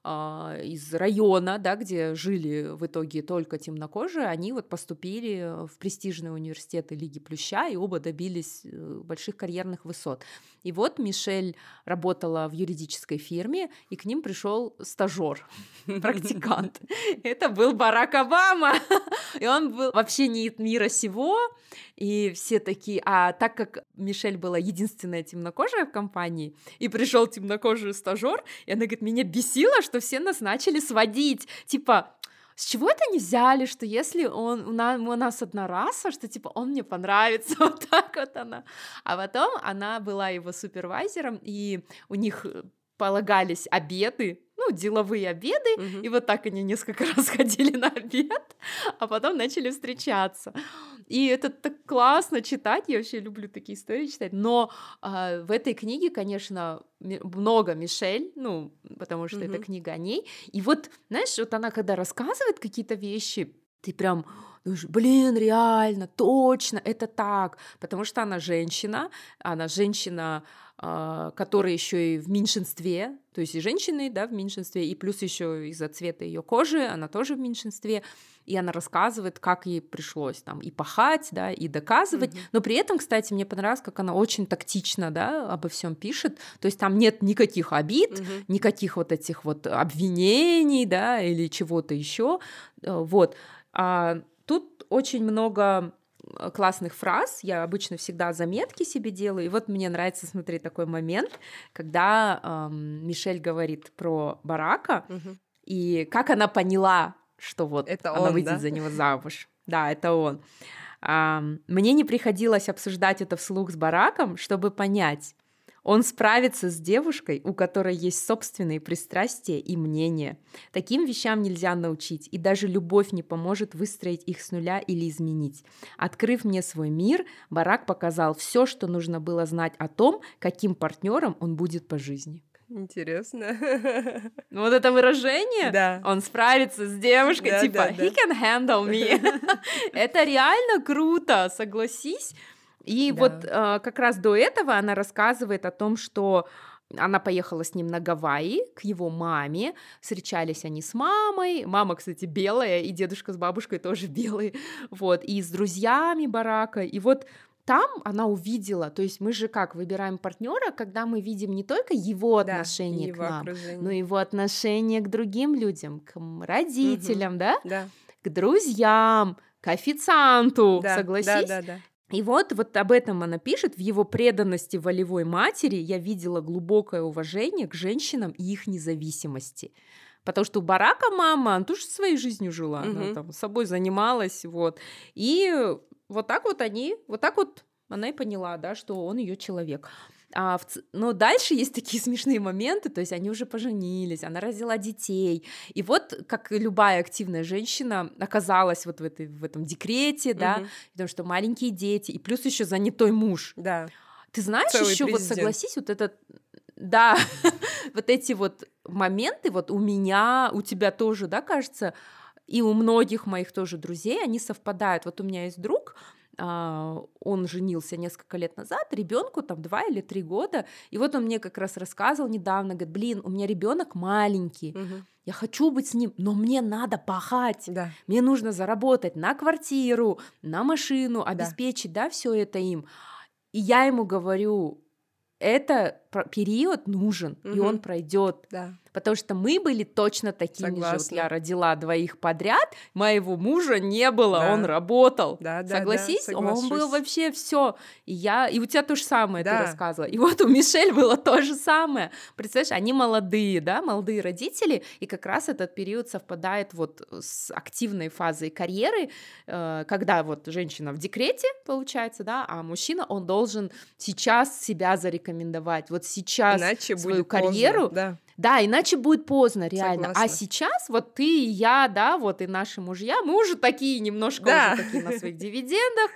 а, из района, да, где жили в итоге только темнокожие, они вот поступили в престижные университеты Лиги Плюща, и оба добились э, больших карьерных высот. И вот Мишель работала в юридической фирме, и к ним пришел стажер, практикант. Это был Барак Обама. И он был вообще не от мира сего, и все такие... А так как Мишель была единственная темнокожая в компании, и пришел темнокожий стажер, и она говорит, меня бесило, что все нас начали сводить. Типа, с чего это не взяли, что если он у нас, у нас одна раса, что типа он мне понравится, вот так вот она. А потом она была его супервайзером, и у них полагались обеды, ну, деловые обеды, Мгм. и вот так они несколько раз ходили на обед, а потом начали встречаться. И это так классно читать, я вообще люблю такие истории читать, но а, в этой книге, конечно, ми- много Мишель, ну, потому что это Мгм. книга о ней, и вот, знаешь, вот она, когда рассказывает какие-то вещи, ты прям думаешь, блин, реально, точно, это так, потому что она женщина, она женщина, а, которая еще и в меньшинстве, то есть и женщины, да, в меньшинстве, и плюс еще из-за цвета ее кожи, она тоже в меньшинстве, и она рассказывает, как ей пришлось там и пахать, да, и доказывать, Мгм. но при этом, кстати, мне понравилось, как она очень тактично, да, обо всем пишет, то есть там нет никаких обид, Мгм. никаких вот этих вот обвинений, да, или чего-то еще, вот. А тут тут очень много классных фраз, я обычно всегда заметки себе делаю, и вот мне нравится смотреть такой момент, когда эм, Мишель говорит про Барака, Мгм. и как она поняла, что вот Это она он, выйдет да? за него замуж. Да, это он. Ам, Мне не приходилось обсуждать это вслух с Бараком, чтобы понять, он справится с девушкой, у которой есть собственные пристрастия и мнения. Таким вещам нельзя научить, и даже любовь не поможет выстроить их с нуля или изменить. Открыв мне свой мир, Барак показал все, что нужно было знать о том, каким партнером он будет по жизни. Интересно. Ну, вот это выражение, Да. он справится с девушкой, Да, типа, да, да. he can handle me. Это реально круто, согласись. И Да. вот э, как раз до этого она рассказывает о том, что она поехала с ним на Гавайи к его маме, встречались они с мамой, мама, кстати, белая, и дедушка с бабушкой тоже белые, вот, и с друзьями Барака, и вот там она увидела, то есть мы же как выбираем партнера, когда мы видим не только его Да, отношение и к его нам, окружение. но и его отношение к другим людям, к м, родителям, да, Да, к друзьям, к официанту, да, да, согласись? да, да. И вот, вот об этом она пишет. В его преданности волевой матери я видела глубокое уважение к женщинам и их независимости. Потому что у Барака мама, она тоже своей жизнью жила, она Мгм. там собой занималась, вот. И вот так вот они, вот так вот она и поняла, да, что он ее человек. А в ц- но дальше есть такие смешные моменты, то есть они уже поженились, она родила детей, и вот как и любая активная женщина оказалась вот в, этой, в этом декрете, да, Мгм. потому что маленькие дети, и плюс еще занятой муж. Да. Ты знаешь, Целый еще вот президент. согласись, вот этот, да, вот эти вот моменты, вот у меня, у тебя тоже, да, кажется, и у многих моих тоже друзей, они совпадают. Вот у меня есть друг, а, он женился несколько лет назад, ребенку там два или три года, и вот он мне как раз рассказывал недавно, говорит, блин, у меня ребенок маленький, Мгм. я хочу быть с ним, но мне надо пахать, Да. мне нужно заработать на квартиру, на машину, обеспечить, да, все это им. И я ему говорю, это про- период нужен, и он Мгм. пройдет. Да. Потому что мы были точно такими же. Вот Согласна. я родила двоих подряд, моего мужа не было, Да. он работал. Да, да, да, Согласись, он был соглашусь. вообще все. И я, и у тебя то же самое ты Да. рассказывала. И вот у Мишель было то же самое. Представляешь, они молодые, да, молодые родители, и как раз этот период совпадает вот с активной фазой карьеры, э, когда вот женщина в декрете, получается, да, а мужчина, он должен сейчас себя зарекомендовать. Вот сейчас Иначе свою будет поздно. карьеру. Да. Да, иначе будет поздно, реально. Согласна. А сейчас вот ты и я, да, вот и наши мужья, мы уже такие немножко Да. уже такие на своих дивидендах.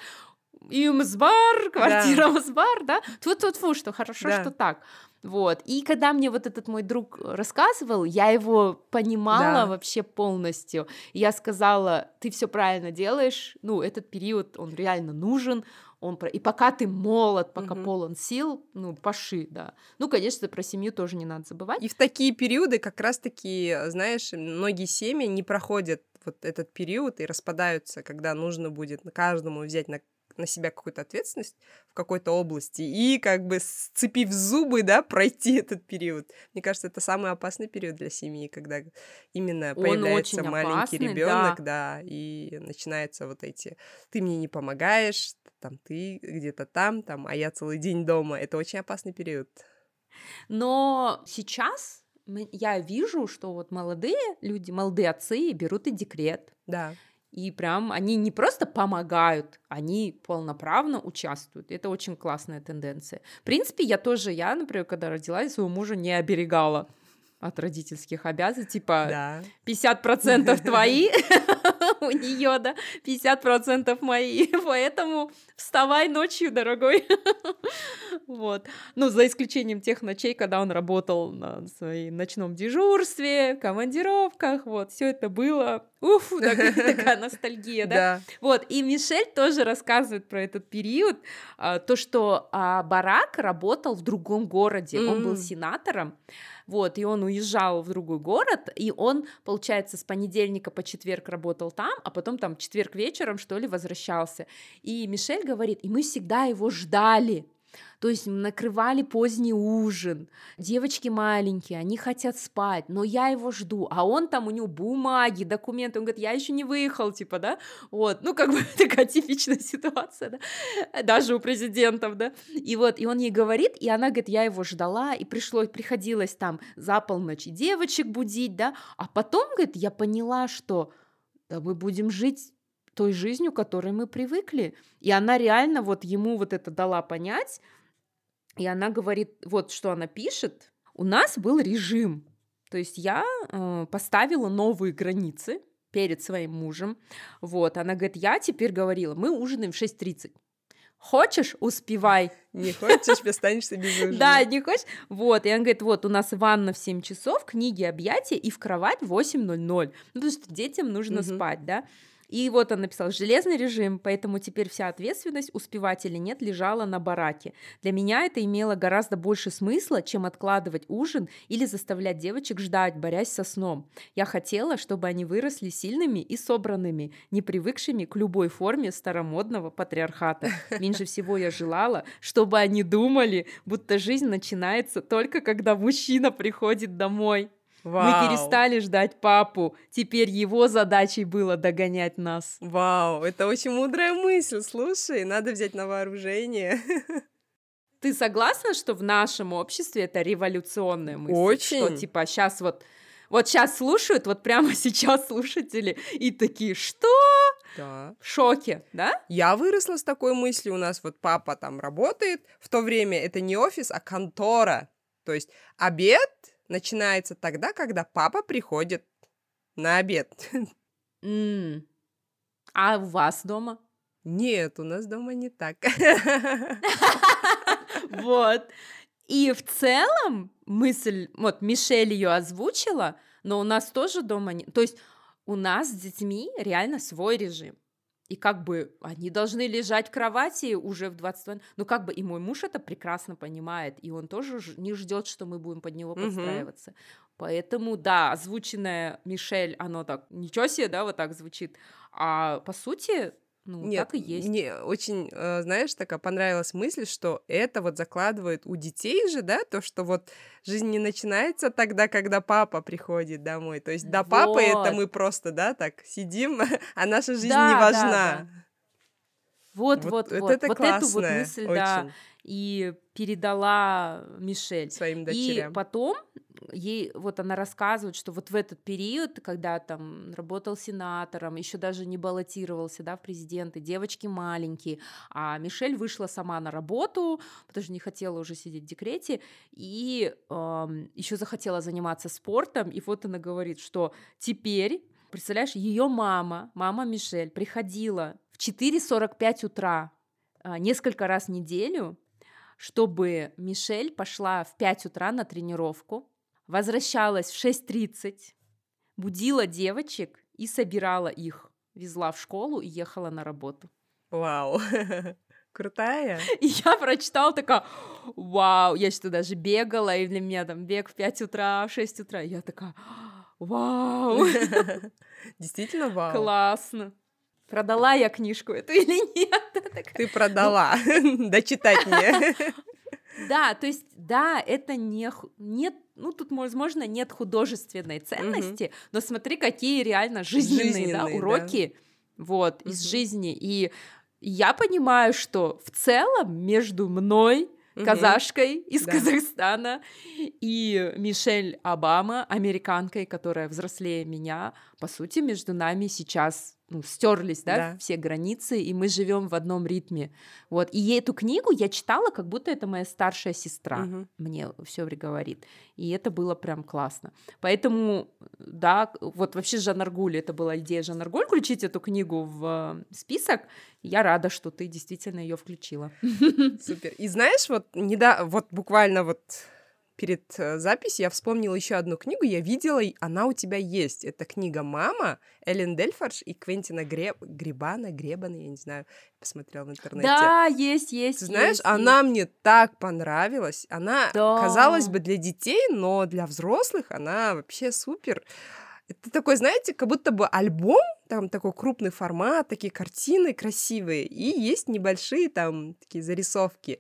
И мсбар, квартира мсбар, да. Тьфу-тьфу-тьфу, что хорошо, Да. что так. Вот. И когда мне вот этот мой друг рассказывал, я его понимала Да. вообще полностью. И я сказала, ты все правильно делаешь, ну, этот период, он реально нужен, он про... и пока ты молод, пока Мгм. полон сил, ну, паши, да. Ну, конечно, про семью тоже не надо забывать. И в такие периоды как раз-таки, знаешь, многие семьи не проходят вот этот период и распадаются, когда нужно будет на каждому взять на, на себя какую-то ответственность в какой-то области и как бы сцепив зубы, да, пройти этот период. Мне кажется, это самый опасный период для семьи, когда именно Он появляется очень маленький опасный, ребенок, да. да, и начинаются вот эти «ты мне не помогаешь», там ты где-то там, там, а я целый день дома. Это очень опасный период. Но сейчас м- я вижу, что вот молодые люди, молодые отцы берут и декрет. Да. И прям они не просто помогают, они полноправно участвуют. Это очень классная тенденция. В принципе, я тоже, я, например, когда родилась, своего мужа не оберегала от родительских обязанностей, типа Да. пятьдесят процентов твои у нее, да, пятьдесят процентов мои, поэтому вставай ночью, дорогой. Вот. Ну, за исключением тех ночей, когда он работал на своем ночном дежурстве, командировках, вот, все это было. Уф, такая, такая ностальгия, да? Да. Вот, и Мишель тоже рассказывает про этот период, а, то, что а, Барак работал в другом городе, он был М. сенатором, вот, и он уезжал в другой город, и он, получается, с понедельника по четверг работал там, а потом там четверг вечером, что ли, возвращался. И Мишель говорит, и мы всегда его ждали. То есть накрывали поздний ужин, девочки маленькие, они хотят спать, но я его жду, а он там, у него бумаги, документы, он говорит, я еще не выехал, типа, да, вот, ну, как бы такая типичная ситуация, да, даже у президентов, да, и вот, и он ей говорит, и она говорит, я его ждала, и пришлось, приходилось там за полночь и девочек будить, да, а потом, говорит, я поняла, что да, мы будем жить той жизнью, к которой мы привыкли. И она реально вот ему вот это дала понять, и она говорит, вот что она пишет, у нас был режим, то есть я э, поставила новые границы перед своим мужем, вот, она говорит, я теперь говорила, мы ужинаем в шесть тридцать. Хочешь, успевай. Не хочешь, останешься без ужина. Да, не хочешь. Вот, и она говорит, вот, у нас ванна в семь часов, книги, объятия и в кровать в восемь ноль ноль. Ну, потому что детям нужно Мгм. спать, да. И вот он написал, железный режим, поэтому теперь вся ответственность, успевать или нет, лежала на бараке. Для меня это имело гораздо больше смысла, чем откладывать ужин или заставлять девочек ждать, борясь со сном. Я хотела, чтобы они выросли сильными и собранными, не привыкшими к любой форме старомодного патриархата. Меньше всего я желала, чтобы они думали, будто жизнь начинается только когда мужчина приходит домой. Вау. Мы перестали ждать папу, теперь его задачей было догонять нас. Вау, это очень мудрая мысль, слушай, надо взять на вооружение. Ты согласна, что в нашем обществе это революционная мысль? Очень. Что типа сейчас вот, вот сейчас слушают, вот прямо сейчас слушатели и такие, что? Да. В шоке, да? Я выросла с такой мыслью, у нас вот папа там работает, в то время это не офис, а контора. То есть обед начинается тогда, когда папа приходит на обед. М. А у вас дома? Нет, у нас дома не так. Вот. И в целом мысль, вот Мишель ее озвучила, но у нас тоже дома не... То есть у нас с детьми реально свой режим. И как бы они должны лежать в кровати уже в двадцать. Ну как бы и мой муж это прекрасно понимает, и он тоже ж- не ждет, что мы будем под него Мгм. подстраиваться. Поэтому, да, озвученная Мишель, оно так, ничего себе, да, вот так звучит. А по сути, ну, Нет, так и есть. мне очень, э, знаешь, такая понравилась мысль, что это вот закладывает у детей же, да, то, что вот жизнь не начинается тогда, когда папа приходит домой. То есть до папы это Вот. мы просто, да, так сидим, а наша жизнь Да, не да, важна. да. Вот, Вот вот, это, вот. это Вот эту вот классно, мысль, да, очень, и передала Мишель. своим И дочерям. потом ей, вот она рассказывает, что вот в этот период, когда там работал сенатором, еще даже не баллотировался, да, в президенты, девочки маленькие, а Мишель вышла сама на работу, потому что не хотела уже сидеть в декрете, и еще захотела заниматься спортом, и вот она говорит, что теперь, представляешь, ее мама, мама Мишель, приходила в четыре сорок пять утра а, несколько раз в неделю, чтобы Мишель пошла в пять утра на тренировку, возвращалась в шесть тридцать, будила девочек и собирала их, везла в школу и ехала на работу. Вау, крутая. И я прочитала, такая, вау, я что даже бегала, и для меня там бег в пять утра, в шесть утра, я такая, вау, Действительно вау. классно. Продала я книжку эту или нет? Такая, Ты продала, дочитать мне. да, то есть, да, это не, ху- нет, ну, тут, возможно, нет художественной ценности, но смотри, какие реально жизненные, да, Жизненные, да. уроки, вот, из Мгм. жизни. И я понимаю, что в целом между мной, Мгм. казашкой из Да. Казахстана, и Мишель Обама, американкой, которая взрослее меня, по сути, между нами сейчас ну, стерлись, да, Да. все границы, и мы живем в одном ритме. Вот. И эту книгу я читала, как будто это моя старшая сестра Мгм. мне все время говорит. И это было прям классно. Поэтому, да, вот вообще Жан Аргуль, это была идея Жан Аргуль, включить эту книгу в э, список. Я рада, что ты действительно ее включила. Супер. И знаешь, вот, не да, вот буквально вот перед э, записью я вспомнила еще одну книгу, я видела, и она у тебя есть. Это книга «Мама» Эллен Дельфорж и Квентина Греб... Грибана, Гребана, я не знаю, посмотрела в интернете. Да, есть, есть, Ты знаешь, есть, она есть. мне так понравилась. Она, Да. казалось бы, для детей, но для взрослых она вообще супер. Это такой, знаете, как будто бы альбом, там такой крупный формат, такие картины красивые, и есть небольшие там такие зарисовки.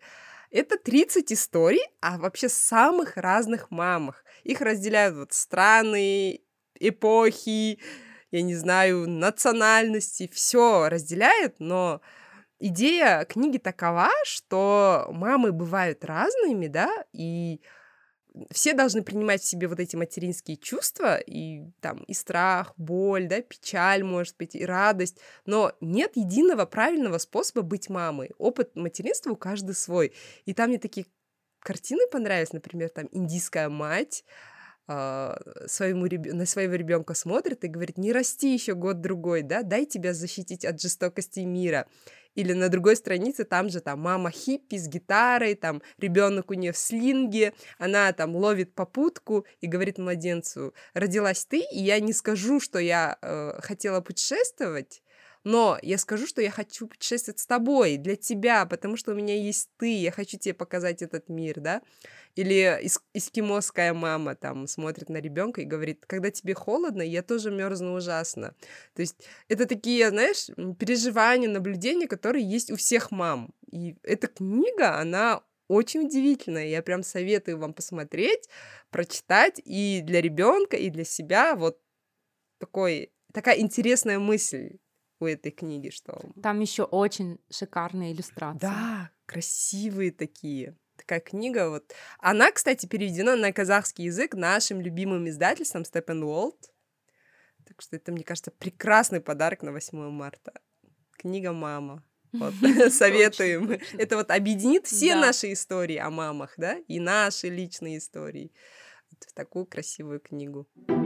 Это тридцать историй о вообще самых разных мамах. Их разделяют вот страны, эпохи, я не знаю, национальности, все разделяет, но идея книги такова, что мамы бывают разными, да, и все должны принимать в себе вот эти материнские чувства, и там и страх, боль, да, печаль, может быть, и радость, но нет единого правильного способа быть мамой. Опыт материнства у каждой свой. И там мне такие картины понравились, например, там индийская мать а, своему ребё- на своего ребенка смотрит и говорит: не расти еще год-другой, да, дай тебя защитить от жестокости мира. Или на другой странице там же там мама хиппи с гитарой, там ребенок у нее в слинге, она там ловит попутку и говорит младенцу: родилась ты, и я не скажу, что я э, хотела путешествовать, но я скажу, что я хочу путешествовать с тобой, для тебя, потому что у меня есть ты, я хочу тебе показать этот мир, да. Или эс- эскимосская мама там смотрит на ребенка и говорит: когда тебе холодно, я тоже мерзну ужасно. То есть это такие, знаешь, м, переживания, наблюдения, которые есть у всех мам. И эта книга, она очень удивительная. Я прям советую вам посмотреть, прочитать и для ребенка, и для себя. Вот такой, такая интересная мысль у этой книги, что Там еще очень шикарные иллюстрации. да, красивые такие. Такая книга вот. Она, кстати, переведена на казахский язык нашим любимым издательством Steppenwolf. Так что это, мне кажется, прекрасный подарок на восьмое марта. Книга «Мама». Вот, советуем. Точно, точно. Это вот объединит все Да. наши истории о мамах, да, и наши личные истории вот в такую красивую книгу.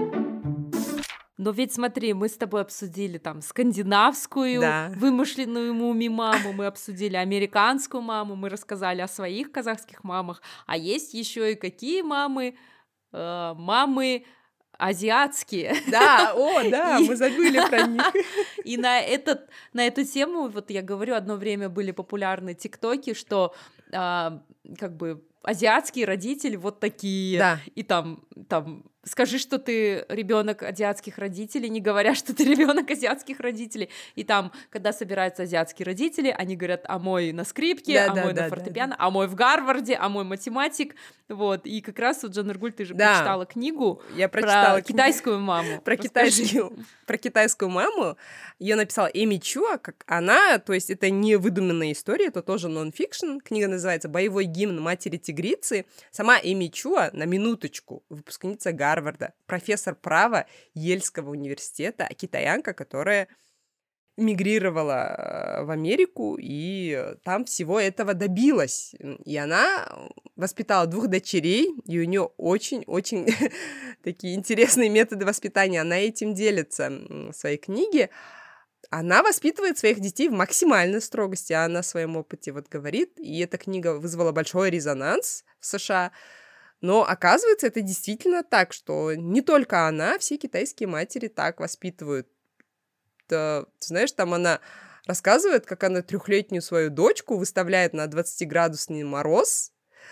Но ведь смотри, мы с тобой обсудили там скандинавскую, Да. вымышленную муми-маму, мы обсудили американскую маму, мы рассказали о своих казахских мамах, а есть еще и какие мамы? Э, мамы азиатские. Да, о, да, И- мы забыли про них. И на, этот, на эту тему, вот я говорю, одно время были популярны тиктоки, что а, как бы азиатские родители вот такие, Да. и там, там скажи, что ты ребенок азиатских родителей, не говоря, что ты ребенок азиатских родителей. И там, когда собираются азиатские родители, они говорят: а мой на скрипке, Да, а да, мой да, на да, фортепиано, а мой в Гарварде, а мой математик. Вот. И как раз вот, Джанаргуль, ты же Да. прочитала книгу Я прочитала про книгу. китайскую маму. Про Расскажи. китайскую, про китайскую маму. Ее написала Эми Чуа, как она, то есть это не выдуманная история, это тоже нон-фикшн. Книга называется «Боевой гимн матери-тигрицы». Сама Эми Чуа, на минуточку, выпускница Гарварда, профессор права Ельского университета, а китаянка, которая мигрировала э, в Америку и там всего этого добилась. И она воспитала двух дочерей, и у нее очень-очень такие интересные методы воспитания. Она этим делится м, в своей книге. Она воспитывает своих детей в максимальной строгости, она о своем опыте вот говорит, и эта книга вызвала большой резонанс в США. Но оказывается, это действительно так, что не только она, все китайские матери так воспитывают. Ты знаешь, там она рассказывает, как она трехлетнюю свою дочку выставляет на двадцатиградусный мороз,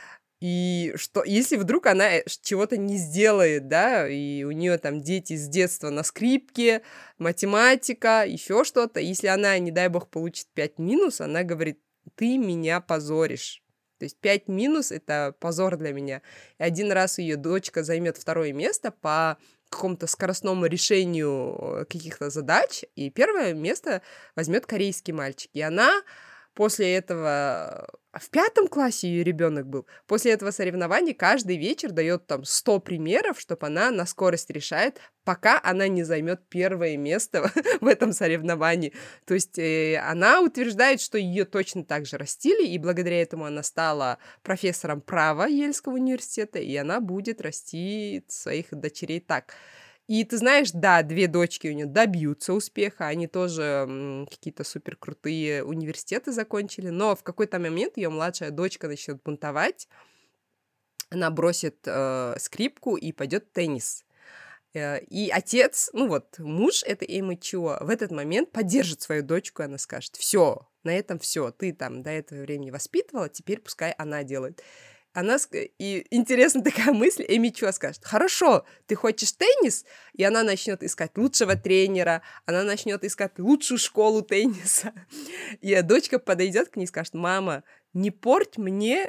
и что если вдруг она э, ш- чего-то не сделает, да, и у нее там дети с детства на скрипке, математика, еще что-то, если она, не дай бог, получит пять минус, она говорит: ты меня позоришь. То есть пять минус — это позор для меня. И один раз ее дочка займет второе место по какому-то скоростному решению э, каких-то задач, и первое место возьмет корейский мальчик. И она после этого, а в пятом классе ее ребенок был, после этого соревнования каждый вечер дает там сто примеров, чтобы она на скорость решает, пока она не займет первое место в этом соревновании. То есть э, она утверждает, что ее точно так же растили, и благодаря этому она стала профессором права Ельского университета, и она будет расти своих дочерей так. И ты знаешь, да, две дочки у нее добьются успеха, они тоже м, какие-то супер крутые университеты закончили, но в какой-то момент ее младшая дочка начнет бунтовать, она бросит э, скрипку и пойдет в теннис. Э, И отец, ну вот, муж этой Эми Чуа в этот момент поддержит свою дочку, и она скажет: все, на этом все, ты там до этого времени воспитывала, теперь пускай она делает. Она, ск- и интересная такая мысль, Эми Чуа скажет: хорошо, ты хочешь теннис? И она начнет искать лучшего тренера, она начнет искать лучшую школу тенниса. И дочка подойдет к ней и скажет: мама, не порть мне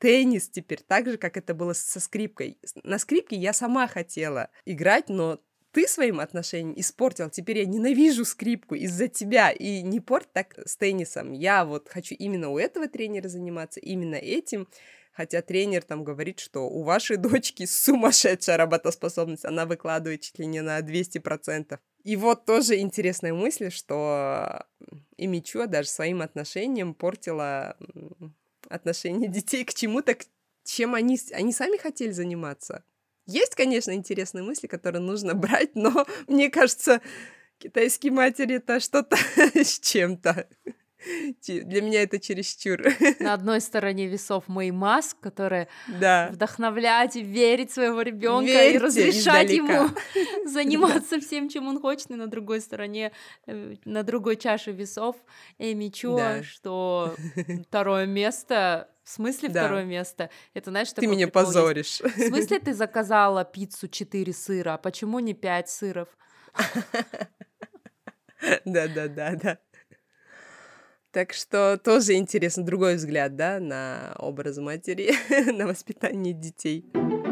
теннис теперь, так же, как это было со скрипкой. На скрипке я сама хотела играть, но ты своим отношением испортил. Теперь я ненавижу скрипку из-за тебя. И не порть так с теннисом. Я вот хочу именно у этого тренера заниматься, именно этим. Хотя тренер там говорит, что у вашей дочки сумасшедшая работоспособность. Она выкладывает чуть ли не на двести процентов. И вот тоже интересная мысль, что Эмичуа даже своим отношением портила отношение детей к чему-то, чем они, они сами хотели заниматься. Есть, конечно, интересные мысли, которые нужно брать, но мне кажется, китайские матери — это что-то с чем-то. Для меня это чересчур. На одной стороне весов Мэй Маск, которая да. вдохновлять и верить в своего ребенка и разрешать издалека. Ему заниматься всем, чем он хочет, и на другой стороне, на другой чаше весов Эмичуа, да. что второе место. В смысле да. второе место? Это, знаешь, ты меня позоришь. Есть. В смысле ты заказала пиццу четыре сыра, а почему не пять сыров? Да-да-да-да. Так что тоже интересно, другой взгляд, да, на образ матери, на воспитание детей.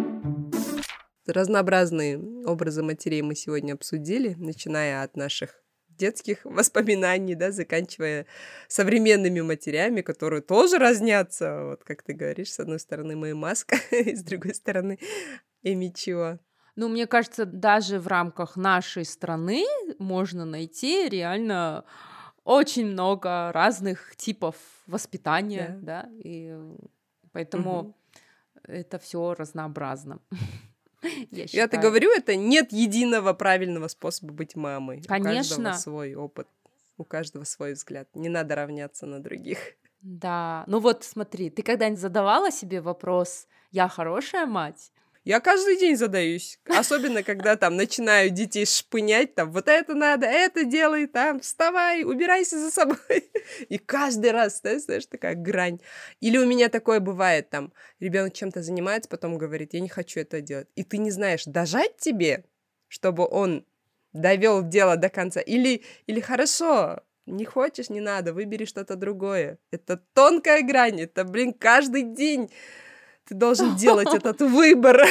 Разнообразные образы матерей мы сегодня обсудили, начиная от наших детских воспоминаний, да, заканчивая современными матерями, которые тоже разнятся, вот как ты говоришь, с одной стороны Мэй Маск, и с другой стороны Эмичуа. Ну, мне кажется, даже в рамках нашей страны можно найти реально очень много разных типов воспитания, да, да? И поэтому угу. это все разнообразно. Я, Я это говорю, это нет единого правильного способа быть мамой. Конечно. У каждого свой опыт, у каждого свой взгляд. Не надо равняться на других. Да, ну вот смотри, ты когда-нибудь задавала себе вопрос: я хорошая мать? Я каждый день задаюсь, особенно когда там начинаю детей шпынять, там вот это надо, это делай, там вставай, убирайся за собой. И каждый раз, да, знаешь, такая грань. Или у меня такое бывает, там ребенок чем-то занимается, потом говорит: я не хочу это делать. И ты не знаешь, дожать тебе, чтобы он довел дело до конца, или, или хорошо, не хочешь, не надо, выбери что-то другое. Это тонкая грань, это, блин, каждый день ты должен делать этот выбор.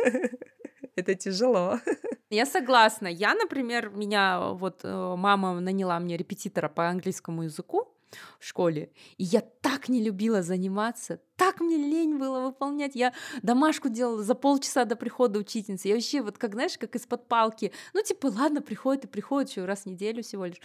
Это тяжело. Я согласна. Я, например, меня вот мама наняла мне репетитора по английскому языку в школе, и я так не любила заниматься, так мне лень было выполнять. Я домашку делала за полчаса до прихода учительницы. Я вообще вот, как, знаешь, как из-под палки. Ну, типа, ладно, приходит и приходит еще раз в неделю всего лишь.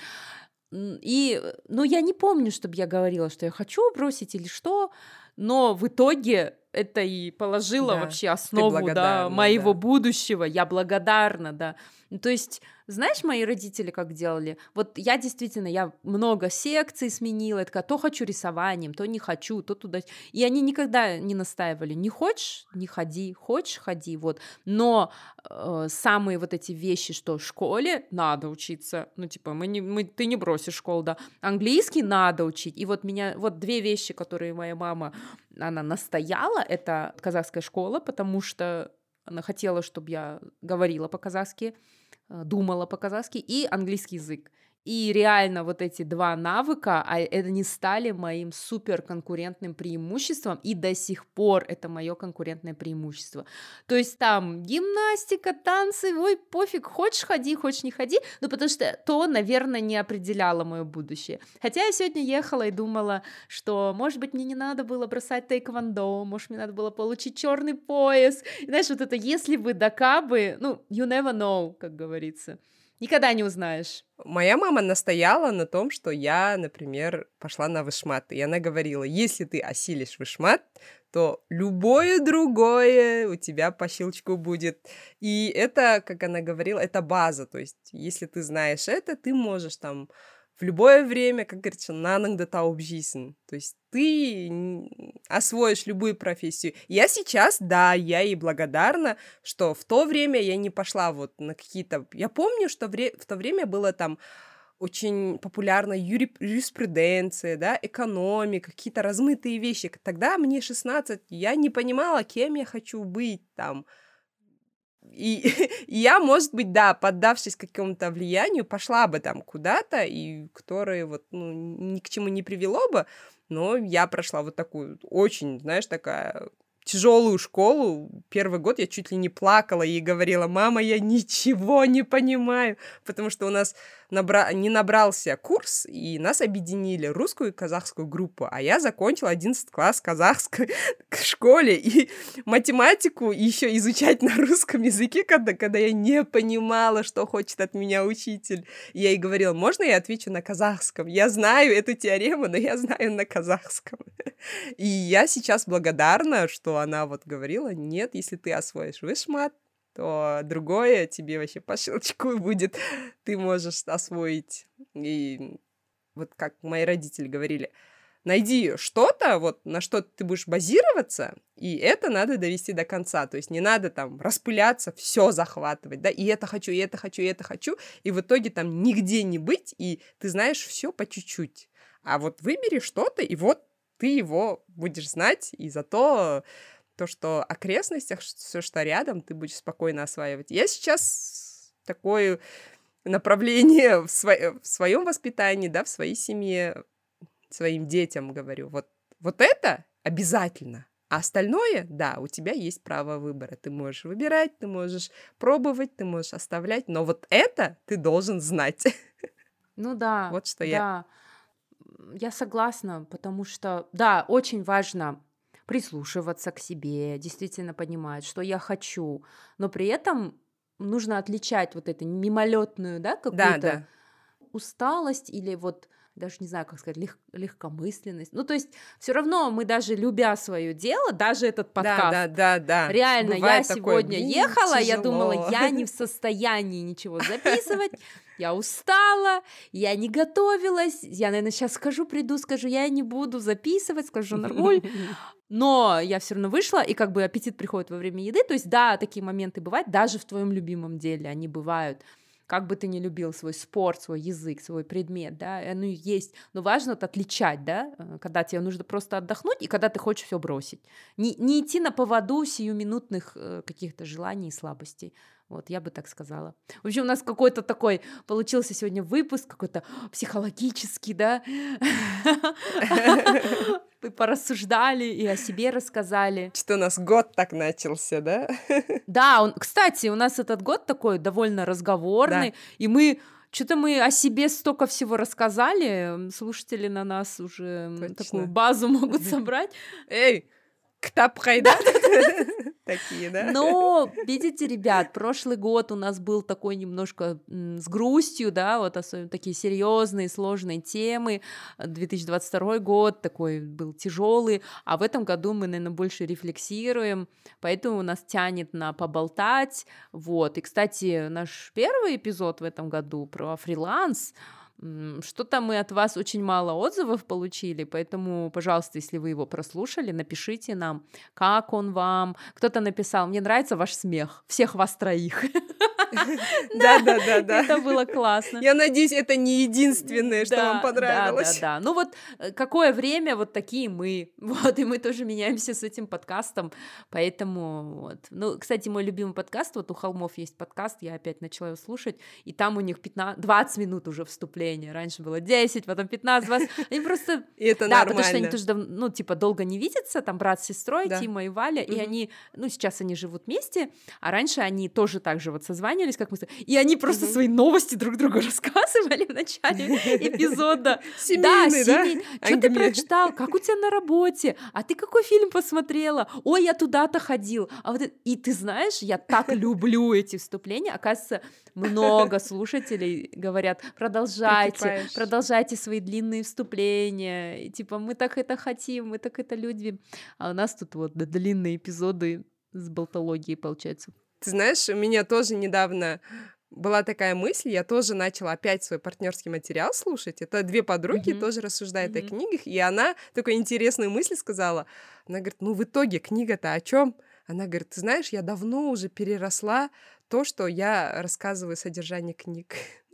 И, ну, я не помню, чтобы я говорила, что я хочу бросить или что, но в итоге это и положило да, вообще основу да, моего да. будущего. Я благодарна, да. То есть, знаешь, мои родители как делали? Вот я действительно, я много секций сменила, я такая, то хочу рисованием, то не хочу, то туда. И они никогда не настаивали, не хочешь, не ходи, хочешь, ходи, вот. Но э, самые вот эти вещи, что в школе надо учиться, ну, типа, мы не, мы, ты не бросишь школу, да, английский надо учить. И вот меня, вот две вещи, которые моя мама, она настояла, это казахская школа, потому что она хотела, чтобы я говорила по-казахски, думала по-казахски, и английский язык. И реально вот эти два навыка, они стали моим суперконкурентным преимуществом, и до сих пор это мое конкурентное преимущество. То есть там гимнастика, танцы, ой, пофиг, хочешь ходи, хочешь не ходи, ну потому что то, наверное, не определяло мое будущее. Хотя я сегодня ехала и думала, что, может быть, мне не надо было бросать тэквондо, может, мне надо было получить черный пояс. И знаешь, вот это если бы, да кабы, ну, you never know, как говорится. Никогда не узнаешь. Моя мама настояла на том, что я, например, пошла на вышмат. И она говорила, если ты осилишь вышмат, то любое другое у тебя по щелчку будет. И это, как она говорила, это база. То есть, если ты знаешь это, ты можешь там в любое время, как говорится, наныңды тауып жейсің. То есть ты освоишь любую профессию. Я сейчас, да, я ей благодарна, что в то время я не пошла вот на какие-то... Я помню, что в то время было там очень популярна юриспруденция, да, экономика, какие-то размытые вещи. Тогда мне шестнадцать, я не понимала, кем я хочу быть там. И, и я, может быть, да, поддавшись какому-то влиянию, пошла бы там куда-то, и которое вот, ну, ни к чему не привело бы, но я прошла вот такую очень, знаешь, такая тяжелую школу. Первый год я чуть ли не плакала и говорила: мама, я ничего не понимаю, потому что у нас набра... не набрался курс, и нас объединили русскую и казахскую группу, а я закончила одиннадцатый класс казахской школе, и математику еще изучать на русском языке, когда, когда я не понимала, что хочет от меня учитель. И я ей говорила: можно я отвечу на казахском? Я знаю эту теорему, но я знаю на казахском. И я сейчас благодарна, что она вот говорила: нет, если ты освоишь вышмат, то другое тебе вообще по щелчку будет. Ты можешь освоить. И вот как мои родители говорили: найди что-то, вот на что ты будешь базироваться, и это надо довести до конца. То есть не надо там распыляться, все захватывать, да, и это хочу, и это хочу, и это хочу, и в итоге там нигде не быть, и ты знаешь все по чуть-чуть. А вот выбери что-то, и вот ты его будешь знать, и зато то, что в окрестностях, все, что рядом, ты будешь спокойно осваивать. Я сейчас такое направление в, сво- в своем воспитании, да, в своей семье, своим детям говорю: вот, вот это обязательно, а остальное, да, у тебя есть право выбора. Ты можешь выбирать, ты можешь пробовать, ты можешь оставлять, но вот это ты должен знать. Ну да, Вот что я... да, я согласна, потому что, да, очень важно прислушиваться к себе, действительно понимать, что я хочу, но при этом нужно отличать вот эту мимолетную, да, Да, какую-то да. усталость или вот даже не знаю, как сказать, лег- легкомысленность. Ну, то есть все равно мы даже любя свое дело, даже этот Да, подкаст, да, да, да. реально, я Бывает такое: сегодня блин, ехала, я думала, тяжело. я не в состоянии ничего записывать, я устала, я не готовилась, я, наверное, сейчас скажу, приду, скажу, я не буду записывать, скажу нормуль, но я все равно вышла, и как бы аппетит приходит во время еды, то есть да, такие моменты бывают, даже в твоем любимом деле они бывают. Как бы ты ни любил свой спорт, свой язык, свой предмет, да, оно и есть, но важно вот отличать, да, э, когда тебе нужно просто отдохнуть и когда ты хочешь все бросить. Не, не идти на поводу сиюминутных э, каких-то желаний и слабостей. Вот, я бы так сказала. В общем, у нас какой-то такой получился сегодня выпуск, какой-то психологический, да. Мы порассуждали и о себе рассказали. Что у нас год так начался, да? Да, он, кстати, у нас этот год такой довольно разговорный, Да. и мы что-то мы о себе столько всего рассказали, слушатели на нас уже м, такую Точно. базу могут собрать. Эй, Ктап Хайда. Такие, да? Но, видите, ребят, прошлый год у нас был такой немножко м, с грустью, да, вот особенно такие серьезные, сложные темы. две тысячи двадцать второй год такой был тяжелый, а в этом году мы, наверное, больше рефлексируем, поэтому нас тянет на поболтать. Вот. И, кстати, наш первый эпизод в этом году про фриланс. М, Что-то мы от вас очень мало отзывов получили, поэтому, пожалуйста, если вы его прослушали, напишите нам, как он вам. Кто-то написал: мне нравится ваш смех, всех вас троих. Да, да, да, да. Это было классно. Я надеюсь, это не единственное, что вам Да, да, да, понравилось. да. Ну вот э, какое время, вот такие мы. Вот, и мы тоже меняемся с этим подкастом. Поэтому вот. Ну, кстати, мой любимый подкаст, вот у Холмов есть подкаст, я опять начала его слушать, и там у них пятнадцать, двадцать минут уже вступления. Раньше было десять, потом пятнадцать, двадцать. Они просто... И это Да, потому что они нормально. тоже, дав- ну, типа, долго не видятся, там брат с сестрой, Да. Тима и Валя, и Мгм. они, ну, сейчас они живут вместе, а раньше они тоже так же вот созванивались, как мы, с- и они просто Мгм. свои новости друг другу рассказывали в начале эпизода. Семейный, да? семей. Что ты Ангме. прочитал? Как у тебя на работе? А ты какой фильм посмотрела? Ой, я туда-то ходил. А вот это- И ты знаешь, я так люблю эти вступления. Оказывается, много слушателей говорят: продолжайте, Прикипаешь. продолжайте свои длинные вступления. И типа, мы так это хотим, мы так это любим. А у нас тут вот д- длинные эпизоды с болтологией, получается. Ты знаешь, у меня тоже недавно была такая мысль, я тоже начала опять свой партнерский материал слушать. Это две подруги, Мгм. тоже рассуждают о Мгм. книгах, и она такую интересную мысль сказала. Она говорит: ну, в итоге книга-то о чем? Она говорит: ты знаешь, я давно уже переросла то, что я рассказываю содержание книг.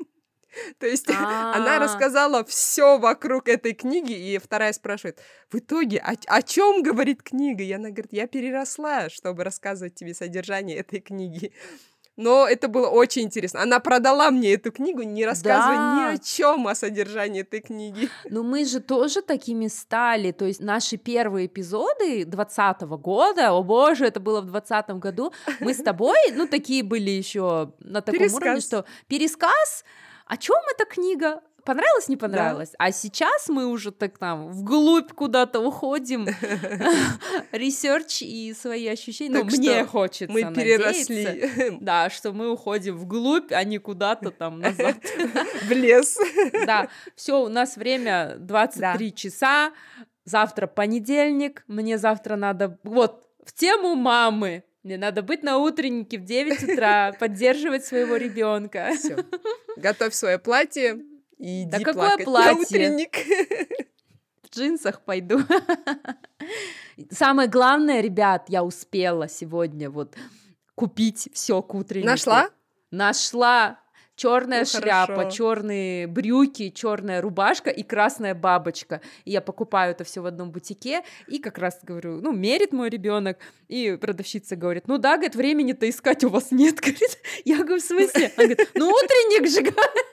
То есть она А, рассказала все вокруг этой книги, и вторая спрашивает: в итоге о, о чем говорит книга? И она говорит: я переросла, чтобы рассказывать тебе содержание этой книги. Но это было очень интересно. Она продала мне эту книгу, не рассказывая ни о да. чем о содержании этой книги. Ну мы же тоже такими стали. То есть наши первые эпизоды двадцатого года, о боже, это было в двадцатом году, мы с тобой, ну, такие были еще на таком уровне, Пересказ. что пересказ, о чем эта книга? Понравилось, не Да. понравилось? А сейчас мы уже так там вглубь куда-то уходим, ресерч и свои ощущения. Ну, Так мне что хочется мы надеяться, переросли да, что мы уходим вглубь, а не куда-то там назад. в лес. Да, все, у нас время двадцать Да. три часа, завтра понедельник, мне завтра надо, вот, в тему мамы, мне надо быть на утреннике в девять утра, поддерживать своего ребенка. Все. Готовь свое платье и Да иди какое плакать на платье? утренник. В джинсах пойду. Самое главное, ребят, я успела сегодня вот купить все к утреннику. Нашла? Нашла. Черная Ну, шляпа, хорошо. черные брюки, черная рубашка и красная бабочка. И я покупаю это все в одном бутике, и как раз говорю, ну, мерит мой ребенок, и продавщица говорит: ну да, говорит, времени-то искать у вас нет, говорит. Я говорю: в смысле? Она говорит: ну, утренник же, говорит.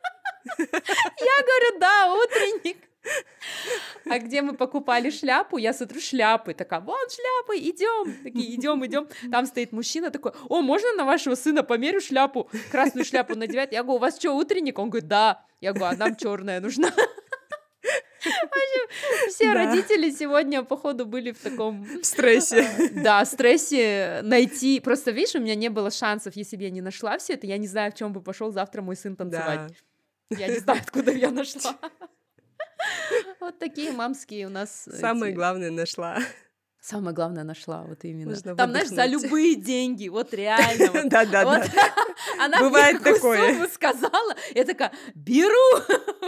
Я говорю: да, утренник. А где мы покупали шляпу, я смотрю, шляпы, такая: вон шляпы, идем, такие, идем, идем. Там стоит мужчина такой: о, можно на вашего сына померю шляпу, красную шляпу надевать? Я говорю: у вас что, утренник? Он говорит: да. Я говорю: а нам черная нужна. В общем, все Да. родители сегодня, походу, были в таком, В стрессе. да, стрессе найти. Просто, видишь, у меня не было шансов, если бы я не нашла все это, я не знаю, в чем бы пошел завтра мой сын танцевать. Да. Я не знаю, откуда я нашла. Вот такие мамские у нас Самое эти- главное нашла. Самое главное нашла, вот именно. Можно Там, знаешь, за выдохнуть. любые деньги, вот реально. вот. Да-да-да. Вот она Бывает мне какую такое. сумму сказала, я такая: беру.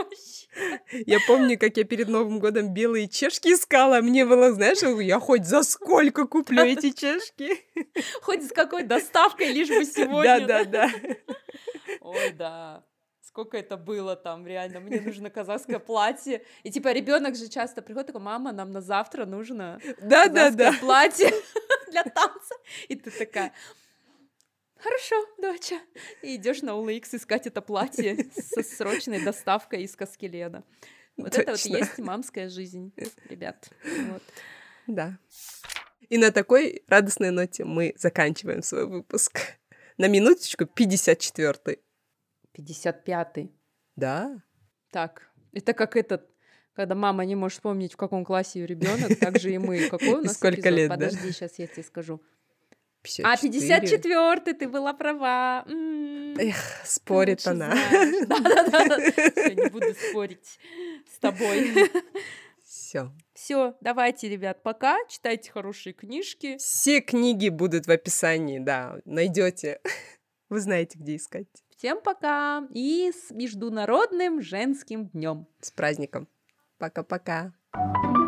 Я помню, как я перед Новым годом белые чешки искала. Мне было, знаешь, я хоть за сколько куплю эти чешки. Хоть с какой доставкой, лишь бы сегодня. да. Да-да-да. Ой, да. Сколько это было там, реально, мне нужно казахское платье. И типа ребенок же часто приходит, такой: мама, нам на завтра нужно казахское Да-да-да. платье для танца. И ты такая: хорошо, доча. И идешь на о эл икс искать это платье со срочной доставкой из Каскелена. Вот это вот и Точно. есть мамская жизнь, ребят. Вот. Да. И на такой радостной ноте мы заканчиваем свой выпуск. На минуточку пятьдесят четвёртый. пятьдесят пятый. Да. Так, это как этот, когда мама не может вспомнить, в каком классе ее ребенок, так же и мы. Какой у И нас сколько эпизод? лет, да? Подожди, сейчас я тебе скажу. пятьдесят А, четыре. пятьдесят четвёртый, ты была права. М, Эх, ты спорит лучше она. знаешь. Да-да-да. Всё, не буду спорить с тобой. Все. Все, давайте, ребят, пока. Читайте хорошие книжки. Все книги будут в описании, да, найдете. Вы знаете, где искать. Всем пока и с Международным женским днем. С праздником. Пока-пока.